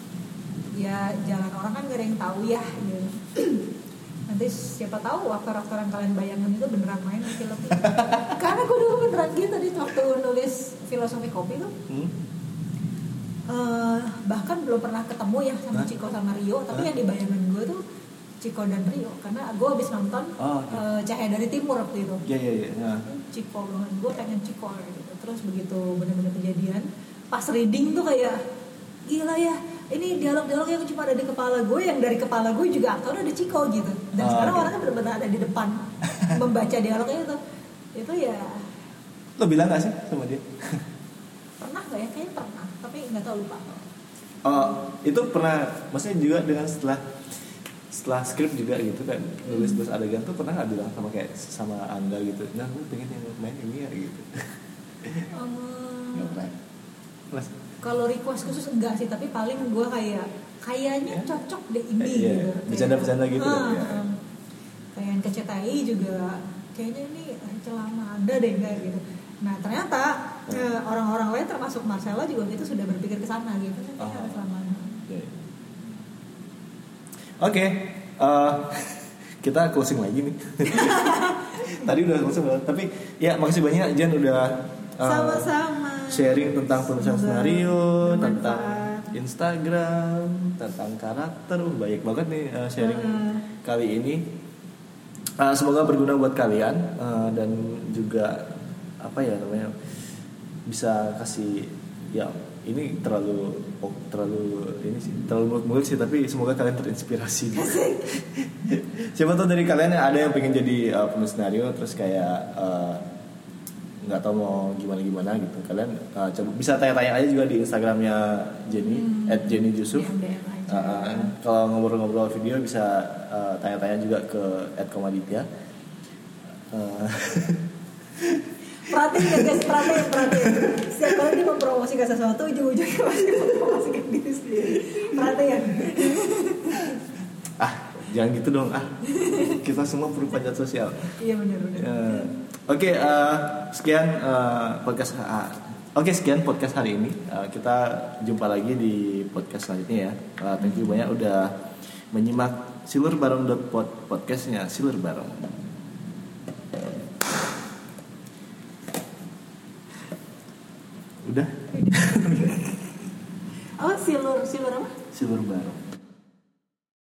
B: ya jalan orang kan gak ada yang tahu ya gitu. Nanti siapa tahu aktor-aktor yang kalian bayangkan itu beneran main di film itu. Karena gue dulu beneran gitu di waktu nulis Filosofi Kopi tuh hmm? uh, bahkan belum pernah ketemu ya sama Hah? Ciko sama Rio, tapi Hah? yang di bayangan gue tuh Ciko dan Rio, karena gue habis nonton oh, okay. uh, Cahaya dari Timur waktu itu.
A: Iya iya iya.
B: Ciko banget, gue pengen Ciko gitu. Terus begitu benar-benar kejadian, pas reading tuh kayak gila ya, ini dialog-dialog yang cuma ada di kepala gue, yang dari kepala gue juga aktornya ada Ciko gitu. Dan oh, sekarang okay. orangnya benar-benar ada di depan membaca dialognya itu. Itu ya.
A: Lo bilang gak sih sama dia?
B: Pernah gak ya? Kayaknya pernah, tapi gak tahu, lupa.
A: Oh, itu pernah, maksudnya juga dengan setelah setelah skrip juga gitu kan, nulis nulis adegan tuh pernah nggak bilang sama kayak sama Anda gitu, nah gue pengen yang main ini ya gitu.
B: Um,
A: Nggak pernah. Mas.
B: Kalau request khusus enggak sih, tapi paling gue kayak kayaknya yeah. cocok deh ini yeah, gitu.
A: Bercanda-bercanda gitu.
B: Ah,
A: ya.
B: um, kayak yang ke C T I juga kayaknya ini celana Anda deh kayak gitu. Nah ternyata hmm. eh, orang-orang lain termasuk Marcella juga gitu sudah berpikir ke sana gitu. Kayaknya oh. harus lama.
A: Yeah. Oke, okay. uh, kita closing lagi nih. Tadi udah closing banget, tapi ya makasih banyak Jen udah uh,
B: sama-sama
A: sharing tentang penulisan skenario, tentang Instagram, tentang karakter, banyak banget nih uh, sharing. Uh, kali ini. Uh, semoga berguna buat kalian uh, dan juga apa ya namanya bisa kasih ya ini terlalu oh, terlalu ini sih terlalu muluk-muluk sih, tapi semoga kalian terinspirasi. Siapa tahu dari kalian ada yang pengen jadi uh, penulis skenario terus kayak nggak uh, tahu mau gimana gimana gitu, kalian uh, coba bisa tanya-tanya aja juga di Instagramnya Jenny hmm. at Jenny Jusuf. Uh, uh, kalau ngobrol-ngobrol video bisa uh, tanya-tanya juga ke at Komaditya. Uh,
B: Perhatiin ya guys, perhatiin, perhatiin. Setiap kali dia mempromosikan sesuatu, ujung-ujungnya pasti mempromosikan diri sendiri. Perhatiin.
A: Ah, jangan gitu dong ah. Kita semua perlu panjat sosial.
B: Iya benar-benar. Uh,
A: Oke, okay, uh, sekian uh, podcast. Uh, Oke, okay, sekian podcast hari ini. Uh, kita jumpa lagi di podcast selanjutnya ya. Uh, thank you banyak udah menyimak Silur Bareng Pod podcastnya Silur Bareng. Udah.
B: Oh, silur silur apa?
A: Silur Bareng.